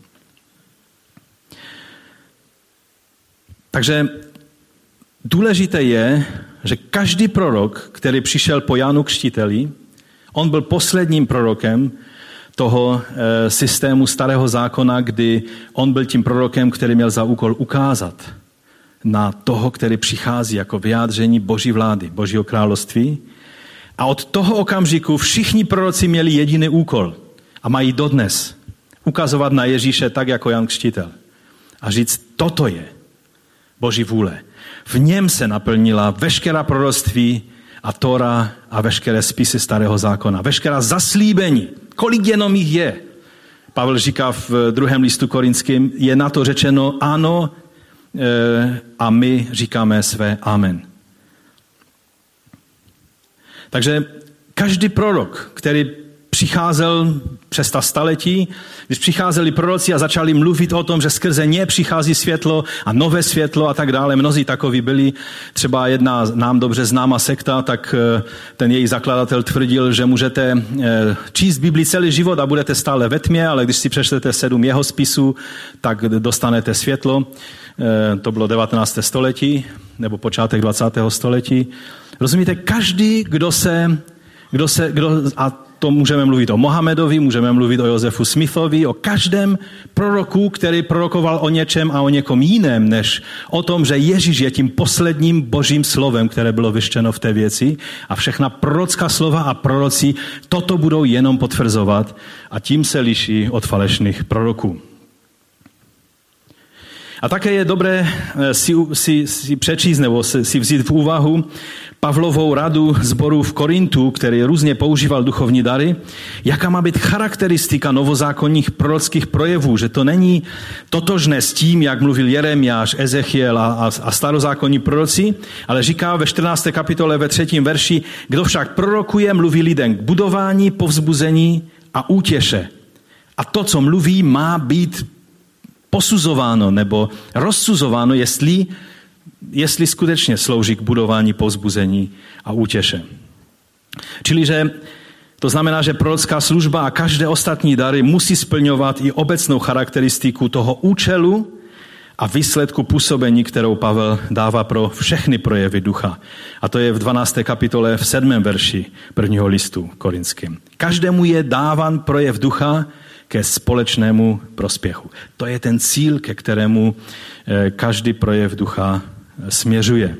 [SPEAKER 1] Takže důležité je, že každý prorok, který přišel po Jánu Křtiteli, on byl posledním prorokem toho e, systému starého zákona, kdy on byl tím prorokem, který měl za úkol ukázat na toho, který přichází jako vyjádření Boží vlády, Božího království. A od toho okamžiku všichni proroci měli jediný úkol a mají dodnes ukazovat na Ježíše tak, jako Jan Křtitel. A říct, toto je Boží vůle. V něm se naplnila veškerá proroctví a Tóra a veškeré spisy starého zákona. Veškerá zaslíbení. Kolik jenom jich je? Pavel říká v druhém listu Korinským, je na to řečeno ano, a my říkáme své amen. Takže každý prorok, který přicházel přes ta staletí, když přicházeli proroci a začali mluvit o tom, že skrze ně přichází světlo a nové světlo a tak dále, mnozí takoví byli. Třeba jedna nám dobře známá sekta, tak ten její zakladatel tvrdil, že můžete číst Bibli celý život a budete stále ve tmě, ale když si přečtete sedm jeho spisů, tak dostanete světlo. To bylo devatenácté století, nebo počátek dvacátého století. Rozumíte, každý, kdo se, kdo se, kdo, a to můžeme mluvit o Mohamedovi, můžeme mluvit o Josefu Smithovi, o každém proroku, který prorokoval o něčem a o někom jiném, než o tom, že Ježíš je tím posledním božím slovem, které bylo vyštěno v té věci a všechna prorocká slova a proroci toto budou jenom potvrzovat a tím se liší od falešných proroků. A také je dobré si, si, si přečíst nebo si, si vzít v úvahu Pavlovou radu sboru v Korintu, který různě používal duchovní dary, jaká má být charakteristika novozákonních prorockých projevů, že to není totožné s tím, jak mluvil Jeremiáš, Ezechiel a, a, a starozákonní proroci, ale říká ve čtrnácté kapitole ve třetím verši, kdo však prorokuje, mluví lidem k budování, povzbuzení a útěše. A to, co mluví, má být posuzováno nebo rozsuzováno, jestli, jestli skutečně slouží k budování, povzbuzení a útěše. Čili, že to znamená, že prorocká služba a každé ostatní dary musí splňovat i obecnou charakteristiku toho účelu a výsledku působení, kterou Pavel dává pro všechny projevy ducha. A to je v dvanácté kapitole v sedmém verši prvního listu korinským. Každému je dáván projev ducha ke společnému prospěchu. To je ten cíl, ke kterému každý projev ducha směřuje.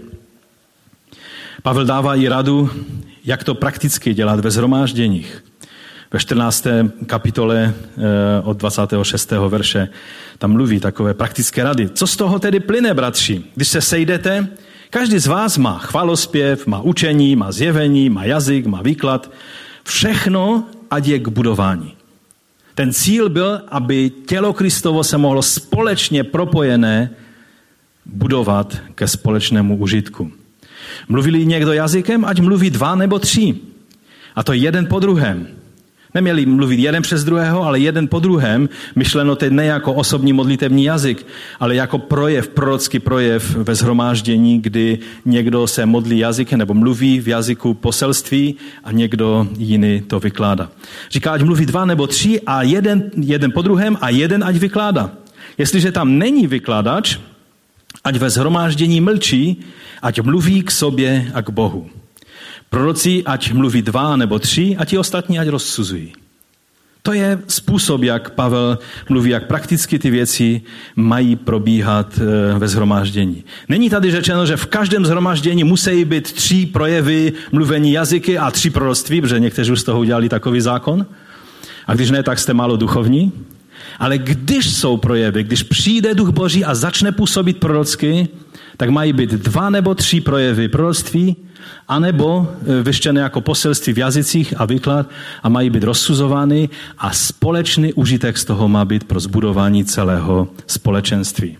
[SPEAKER 1] Pavel dává i radu, jak to prakticky dělat ve shromážděních. Ve čtrnácté kapitole od dvacátého šestého verše tam mluví takové praktické rady. Co z toho tedy plyne, bratři? Když se sejdete, každý z vás má chválospěv, má učení, má zjevení, má jazyk, má výklad. Všechno, ať je k budování. Ten cíl byl, aby tělo Kristovo se mohlo společně propojené budovat ke společnému užitku. Mluvili někdo jazykem, ať mluví dva nebo tři. A to jeden po druhém. Neměli mluvit jeden přes druhého, ale jeden po druhém, myšleno teď ne jako osobní modlitevní jazyk, ale jako projev, prorocký projev ve shromáždění, kdy někdo se modlí jazykem nebo mluví v jazyku poselství a někdo jiný to vykládá. Říká, ať mluví dva nebo tři a jeden, jeden po druhém a jeden ať vykládá. Jestliže tam není vykladač, ať ve shromáždění mlčí, ať mluví k sobě a k Bohu. Proroci, ať mluví dva nebo tři, a ti ostatní ať rozsuzují. To je způsob, jak Pavel mluví, jak prakticky ty věci mají probíhat ve shromáždění. Není tady řečeno, že v každém shromáždění musí být tři projevy mluvení jazyky a tři proroctví, protože někteří už z toho udělali takový zákon. A když ne, tak jste málo duchovní. Ale když jsou projevy, když přijde Duch Boží a začne působit prorocky, tak mají být dva nebo tři projevy proroctví, anebo vyštěné jako poselství v jazycích a výklad a mají být rozsuzovány a společný užitek z toho má být pro zbudování celého společenství.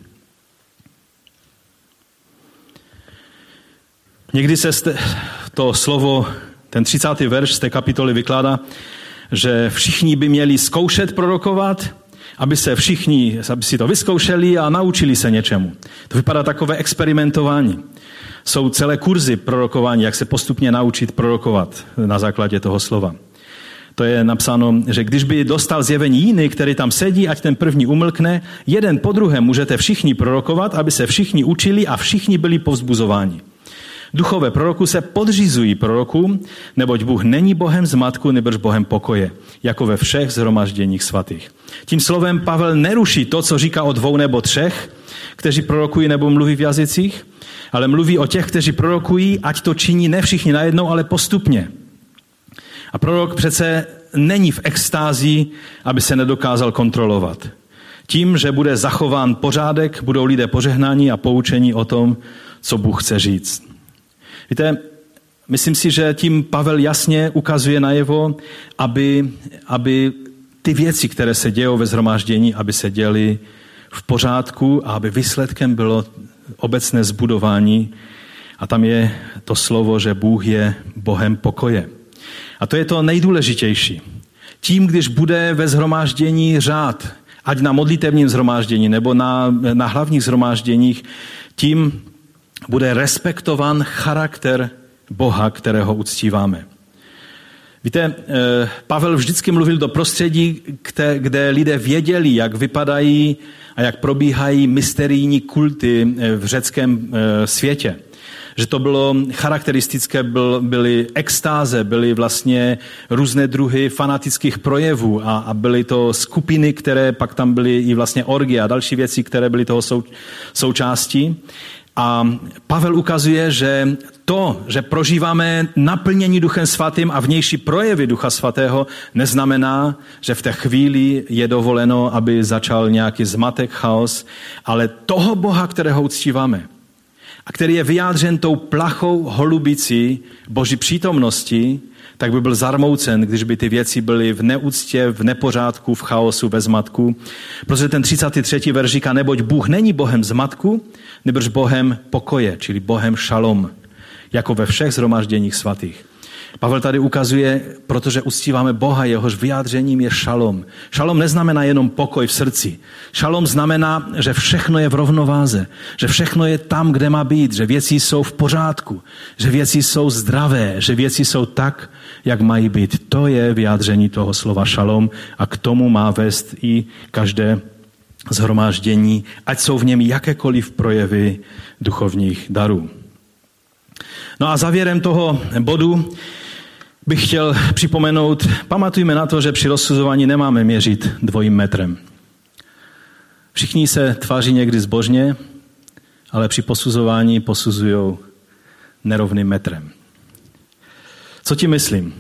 [SPEAKER 1] Někdy se to slovo, ten třicátý verš z té kapitoly vykládá, že všichni by měli zkoušet prorokovat, aby se všichni, aby si to vyzkoušeli a naučili se něčemu. To vypadá takové experimentování. Jsou celé kurzy prorokování, jak se postupně naučit prorokovat na základě toho slova. To je napsáno, že když by dostal zjevení jiný, který tam sedí, ať ten první umlkne, jeden po druhém můžete všichni prorokovat, aby se všichni učili a všichni byli povzbuzováni. Duchové proroku se podřizují prorokům, neboť Bůh není Bohem zmatku, nebož Bohem pokoje, jako ve všech shromažděních svatých. Tím slovem Pavel neruší to, co říká o dvou nebo třech, kteří prorokují nebo mluví v jazycích, ale mluví o těch, kteří prorokují, ať to činí ne všichni najednou, ale postupně. A prorok přece není v extázi, aby se nedokázal kontrolovat. Tím, že bude zachován pořádek, budou lidé požehnáni a poučení o tom, co Bůh chce říct. Víte, myslím si, že tím Pavel jasně ukazuje najevo, aby, aby ty věci, které se dějou ve shromáždění, aby se děly v pořádku a aby výsledkem bylo obecné zbudování. A tam je to slovo, že Bůh je Bohem pokoje. A to je to nejdůležitější. Tím, když bude ve shromáždění řád, ať na modlitevním shromáždění nebo na, na hlavních shromážděních, tím bude respektován charakter Boha, kterého uctíváme. Víte, Pavel vždycky mluvil do prostředí, kde, kde lidé věděli, jak vypadají a jak probíhají mysterijní kulty v řeckém světě. Že to bylo charakteristické, byl, byly extáze, byly vlastně různé druhy fanatických projevů a, a byly to skupiny, které pak tam byly i vlastně orgie a další věci, které byly toho sou, součástí. A Pavel ukazuje, že to, že prožíváme naplnění Duchem Svatým a vnější projevy Ducha Svatého, neznamená, že v té chvíli je dovoleno, aby začal nějaký zmatek, chaos, ale toho Boha, kterého uctíváme a který je vyjádřen tou plachou holubicí Boží přítomnosti, tak by byl zarmoucen, když by ty věci byly v neúctě, v nepořádku, v chaosu, ve zmatku. Protože ten třicátý třetí verš říká, neboť Bůh není Bohem zmatku, nebož Bohem pokoje, čili Bohem šalom, jako ve všech shromážděních svatých. Pavel tady ukazuje, protože uctíváme Boha, jehož vyjádřením je šalom. Šalom neznamená jenom pokoj v srdci. Šalom znamená, že všechno je v rovnováze, že všechno je tam, kde má být, že věci jsou v pořádku, že věci jsou zdravé, že věci jsou tak, jak mají být. To je vyjádření toho slova šalom a k tomu má vést i každé shromáždění, ať jsou v něm jakékoliv projevy duchovních darů. No a závěrem toho bodu bych chtěl připomenout, pamatujme na to, že při rozsuzování nemáme měřit dvojím metrem. Všichni se tváří někdy zbožně, ale při posuzování posuzují nerovným metrem. Co tím myslím?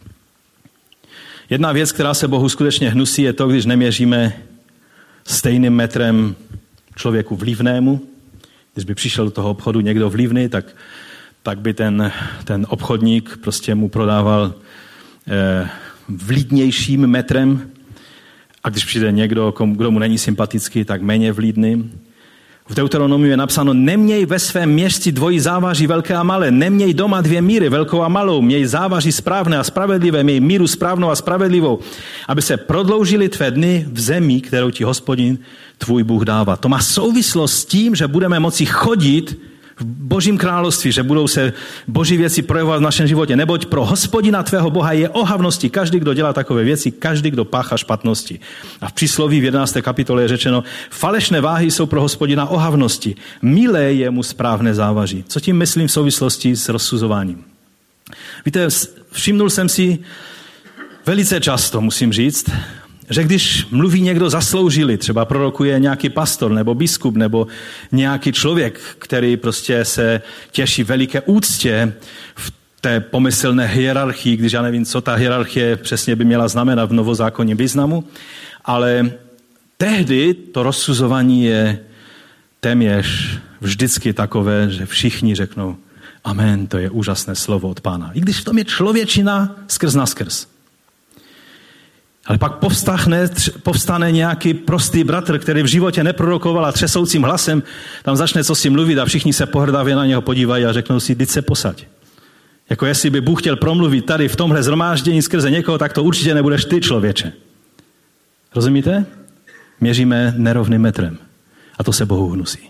[SPEAKER 1] Jedna věc, která se Bohu skutečně hnusí, je to, když neměříme stejným metrem člověku vlivnému. Když by přišel do toho obchodu někdo vlivný, tak tak by ten, ten obchodník prostě mu prodával eh, vlídnějším metrem a když přijde někdo, kdo mu není sympatický, tak méně vlídným. V Deuteronomiu je napsáno, neměj ve svém měšci dvojí závaží velké a malé, neměj doma dvě míry, velkou a malou, měj závaží správné a spravedlivé, měj míru správnou a spravedlivou, aby se prodloužily tvé dny v zemi, kterou ti Hospodin tvůj Bůh dává. To má souvislost s tím, že budeme moci chodit v Božím království, že budou se Boží věci projevovat v našem životě. Neboť pro Hospodina tvého Boha je ohavnosti každý, kdo dělá takové věci, každý, kdo páchá špatnosti. A v přísloví v jedenácté kapitole je řečeno, falešné váhy jsou pro Hospodina ohavnosti, milé je mu správné závaží. Co tím myslím v souvislosti s rozsuzováním? Víte, všimnul jsem si velice často, musím říct, že když mluví někdo zasloužilý, třeba prorokuje nějaký pastor nebo biskup nebo nějaký člověk, který prostě se těší veliké úctě v té pomyslné hierarchii, když já nevím, co ta hierarchie přesně by měla znamenat v novozákonním významu, ale tehdy to rozsuzování je téměř vždycky takové, že všichni řeknou amen, to je úžasné slovo od Pána. I když v tom je člověčina skrz na skrz. Ale pak povstane, povstane nějaký prostý bratr, který v životě neprorokoval a třesoucím hlasem tam začne co si mluvit a všichni se pohrdavě na něho podívají a řeknou si, jdi se posaď. Jako jestli by Bůh chtěl promluvit tady v tomhle zhromáždění skrze někoho, tak to určitě nebudeš ty, člověče. Rozumíte? Měříme nerovným metrem. A to se Bohu hnusí.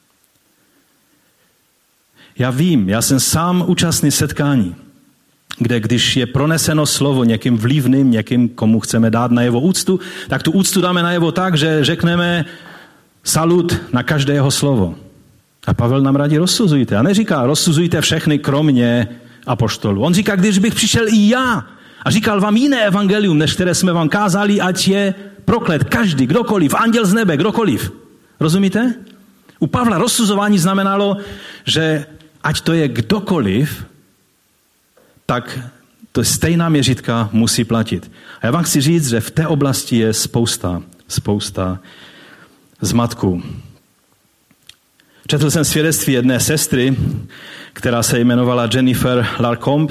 [SPEAKER 1] Já vím, já jsem sám účastný setkání, kde když je proneseno slovo někým vlivným, někým, komu chceme dát na jeho úctu, tak tu úctu dáme na jeho tak, že řekneme salut na každé jeho slovo. A Pavel nám radí rozsuzujte. A neříká rozsuzujte všechny kromě apoštolů. On říká, když bych přišel i já a říkal vám jiné evangelium, než které jsme vám kázali, ať je proklet každý, kdokoliv, anděl z nebe, kdokoliv. Rozumíte? U Pavla rozsuzování znamenalo, že ať to je kdokoliv, tak to stejná měřítka musí platit. A já vám chci říct, že v té oblasti je spousta, spousta zmatků. Četl jsem svědectví jedné sestry, která se jmenovala Jennifer Larcombe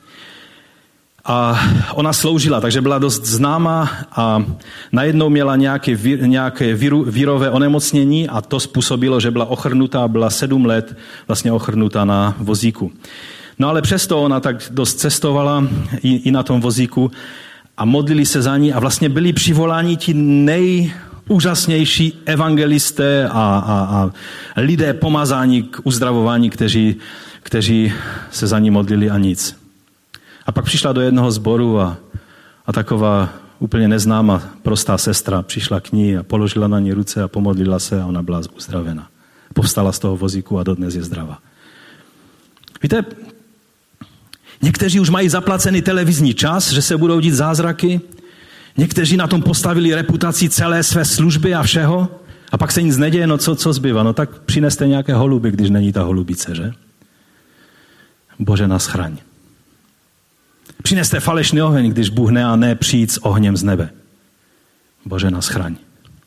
[SPEAKER 1] a ona sloužila, takže byla dost známá a najednou měla nějaké, nějaké víru, vírové onemocnění a to způsobilo, že byla ochrnutá, byla sedm let vlastně ochrnutá na vozíku. No ale přesto ona tak dost cestovala i, i na tom vozíku a modlili se za ní a vlastně byli přivoláni ti nejúžasnější evangelisté a, a, a lidé pomazání k uzdravování, kteří, kteří se za ní modlili a nic. A pak přišla do jednoho sboru a, a taková úplně neznámá prostá sestra přišla k ní a položila na ní ruce a pomodlila se a ona byla uzdravena. Povstala z toho vozíku a dodnes je zdravá. Víte, někteří už mají zaplacený televizní čas, že se budou dít zázraky. Někteří na tom postavili reputaci celé své služby a všeho. A pak se nic neděje, no co, co zbývá? No tak přineste nějaké holuby, když není ta holubice, že? Bože nás chraň. Přineste falešný oheň, když Bůh ne a ne přijít s ohněm z nebe. Bože nás chraň.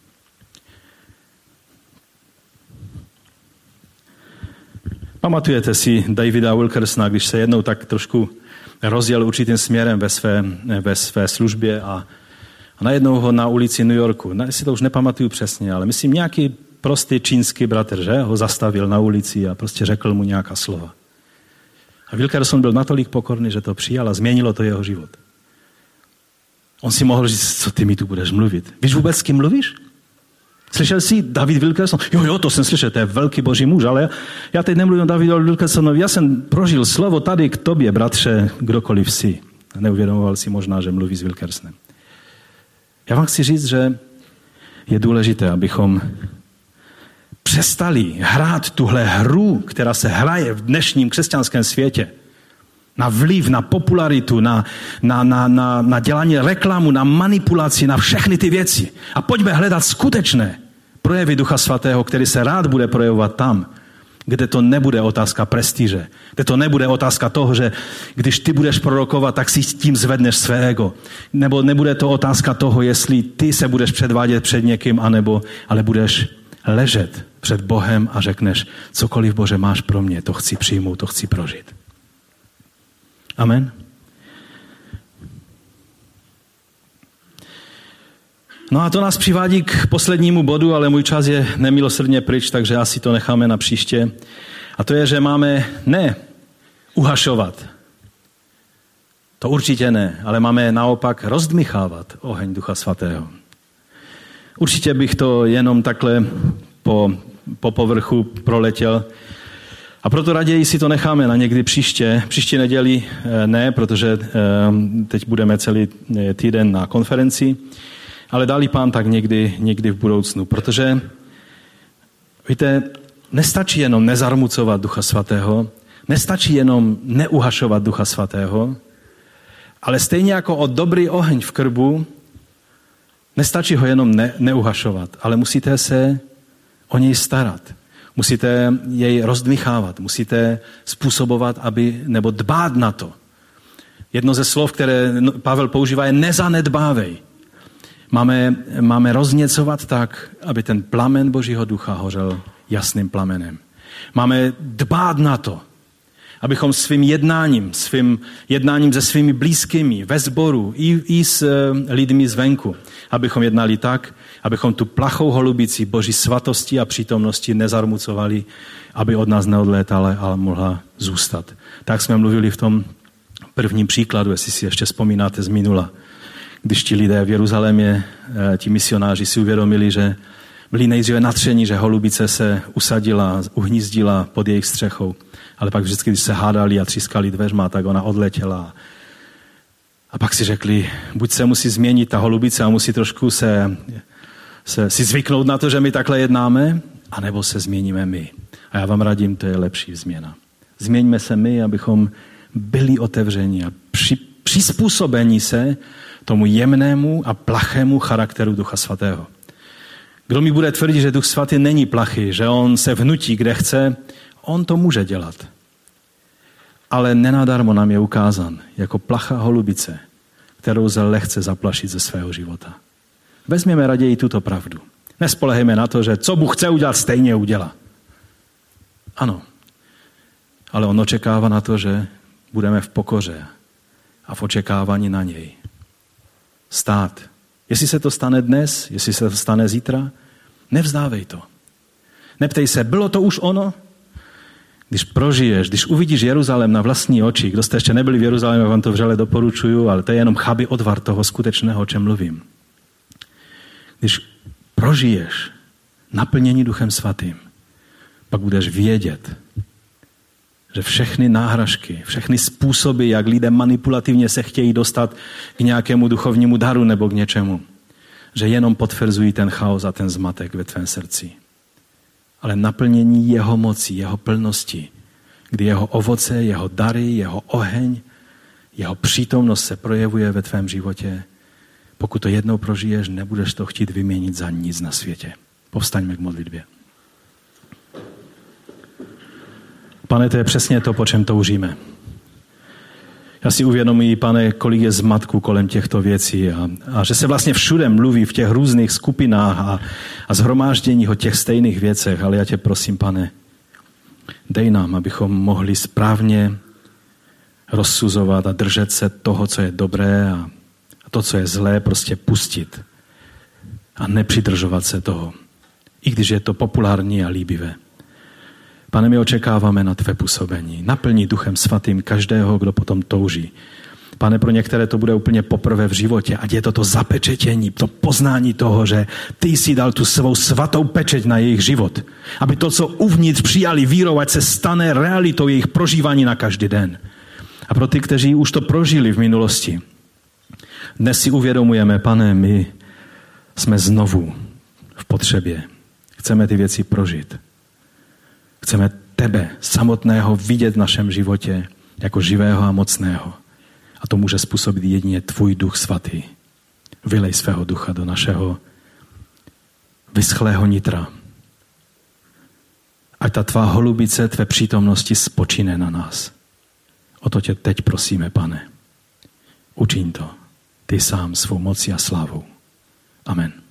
[SPEAKER 1] Pamatujete si Davida Wilkersona, když se jednou tak trošku rozjel určitým směrem ve své, ve své službě a, a najednou ho na ulici New Yorku, ne, si to už nepamatuju přesně, ale myslím nějaký prostý čínský bratr, že ho zastavil na ulici a prostě řekl mu nějaká slova. A Wilkerson byl natolik pokorný, že to přijal a změnilo to jeho život. On si mohl říct, co ty mi tu budeš mluvit. Víš vůbec, s kým mluvíš? Slyšel jsi David Wilkerson? Jo, jo, to jsem slyšel, to je velký boží muž, ale já teď nemluvím o Davidu Wilkersonovi, já jsem prožil slovo tady k tobě, bratře, kdokoliv jsi. Neuvědomoval si možná, že mluví s Wilkersonem. Já vám chci říct, že je důležité, abychom přestali hrát tuhle hru, která se hraje v dnešním křesťanském světě. Na vliv, na popularitu, na, na, na, na, na dělání reklamu, na manipulaci, na všechny ty věci. A pojďme hledat skutečné projevy Ducha Svatého, který se rád bude projevovat tam, kde to nebude otázka prestiže, kde to nebude otázka toho, že když ty budeš prorokovat, tak si tím zvedneš své ego. Nebo nebude to otázka toho, jestli ty se budeš předvádět před někým, anebo, ale budeš ležet před Bohem a řekneš, cokoliv Bože máš pro mě, to chci přijmout, to chci prožít. Amen. No a to nás přivádí k poslednímu bodu, ale můj čas je nemilosrdně pryč, takže asi to necháme na příště. A to je, že máme ne uhašovat. To určitě ne, ale máme naopak rozdmychávat oheň Ducha Svatého. Určitě bych to jenom takhle po, po povrchu proletěl. A proto raději si to necháme na někdy příště. Příští neděli ne, protože teď budeme celý týden na konferenci, ale dali Pán tak někdy, někdy v budoucnu. Protože, víte, nestačí jenom nezarmucovat Ducha Svatého, nestačí jenom neuhašovat Ducha Svatého, ale stejně jako o dobrý oheň v krbu, Nestačí ho jenom ne, neuhašovat, ale musíte se o něj starat. Musíte jej rozdmychávat, musíte způsobovat, aby, nebo dbát na to. Jedno ze slov, které Pavel používá, je nezanedbávej. Máme, máme rozněcovat tak, aby ten plamen Božího ducha hořel jasným plamenem. Máme dbát na to, abychom svým jednáním, svým jednáním se svými blízkými, ve sboru i, i s lidmi zvenku, abychom jednali tak, abychom tu plachou holubici Boží svatosti a přítomnosti nezarmucovali, aby od nás neodlétala, ale mohla zůstat. Tak jsme mluvili v tom prvním příkladu, jestli si ještě vzpomínáte z minula. Když ti lidé v Jeruzalémě, ti misionáři si uvědomili, že byli nejdříve natření, že holubice se usadila, uhnízdila pod jejich střechou, ale pak vždycky, když se hádali a třískali dveřma, tak ona odletěla. A pak si řekli, buď se musí změnit ta holubice a musí trošku se, se si zvyknout na to, že my takhle jednáme, anebo se změníme my. A já vám radím, to je lepší změna. Změňme se my, abychom byli otevření a při, přizpůsobení se tomu jemnému a plachému charakteru Ducha Svatého. Kdo mi bude tvrdit, že Duch Svatý není plachý, že on se vnutí, kde chce, on to může dělat. Ale nenadarmo nám je ukázán jako plachá holubice, kterou lze lehce zaplašit ze svého života. Vezměme raději tuto pravdu. Nespolehejme na to, že co Bůh chce udělat, stejně udělá. Ano, ale on očekává na to, že budeme v pokoře a v očekávání na něj. Stát. Jestli se to stane dnes, jestli se to stane zítra, nevzdávej to. Neptej se, bylo to už ono? Když prožiješ, když uvidíš Jeruzalém na vlastní oči, kdo jste ještě nebyli v Jeruzalémě, vám to vřele doporučuju, ale to je jenom chabý odvar toho skutečného, o čem mluvím. Když prožiješ naplnění Duchem Svatým, pak budeš vědět, že všechny náhražky, všechny způsoby, jak lidé manipulativně se chtějí dostat k nějakému duchovnímu daru nebo k něčemu, že jenom potvrzují ten chaos a ten zmatek ve tvém srdci. Ale naplnění jeho moci, jeho plnosti, kdy jeho ovoce, jeho dary, jeho oheň, jeho přítomnost se projevuje ve tvém životě. Pokud to jednou prožiješ, nebudeš to chtít vyměnit za nic na světě. Povstaňme k modlitbě. Pane, to je přesně to, po čem toužíme. Já si uvědomuji, Pane, kolik je zmatku kolem těchto věcí a, a že se vlastně všude mluví v těch různých skupinách a, a zhromáždění o těch stejných věcech, ale já tě prosím, Pane, dej nám, abychom mohli správně rozsuzovat a držet se toho, co je dobré a, a to, co je zlé, prostě pustit a nepřidržovat se toho, i když je to populární a líbivé. Pane, my očekáváme na tvé působení. Naplní Duchem Svatým každého, kdo potom touží. Pane, pro některé to bude úplně poprvé v životě, ať je to to zapečetění, to poznání toho, že ty jsi dal tu svou svatou pečeť na jejich život. Aby to, co uvnitř přijali vírou, ať se stane realitou jejich prožívání na každý den. A pro ty, kteří už to prožili v minulosti, dnes si uvědomujeme, Pane, my jsme znovu v potřebě. Chceme ty věci prožít. Chceme tebe samotného vidět v našem životě jako živého a mocného. A to může způsobit jedině tvůj Duch Svatý. Vylej svého ducha do našeho vyschlého nitra. Ať ta tvá holubice tvé přítomnosti spočine na nás. O to tě teď prosíme, Pane. Učiň to. Ty sám svou mocí a slávou. Amen.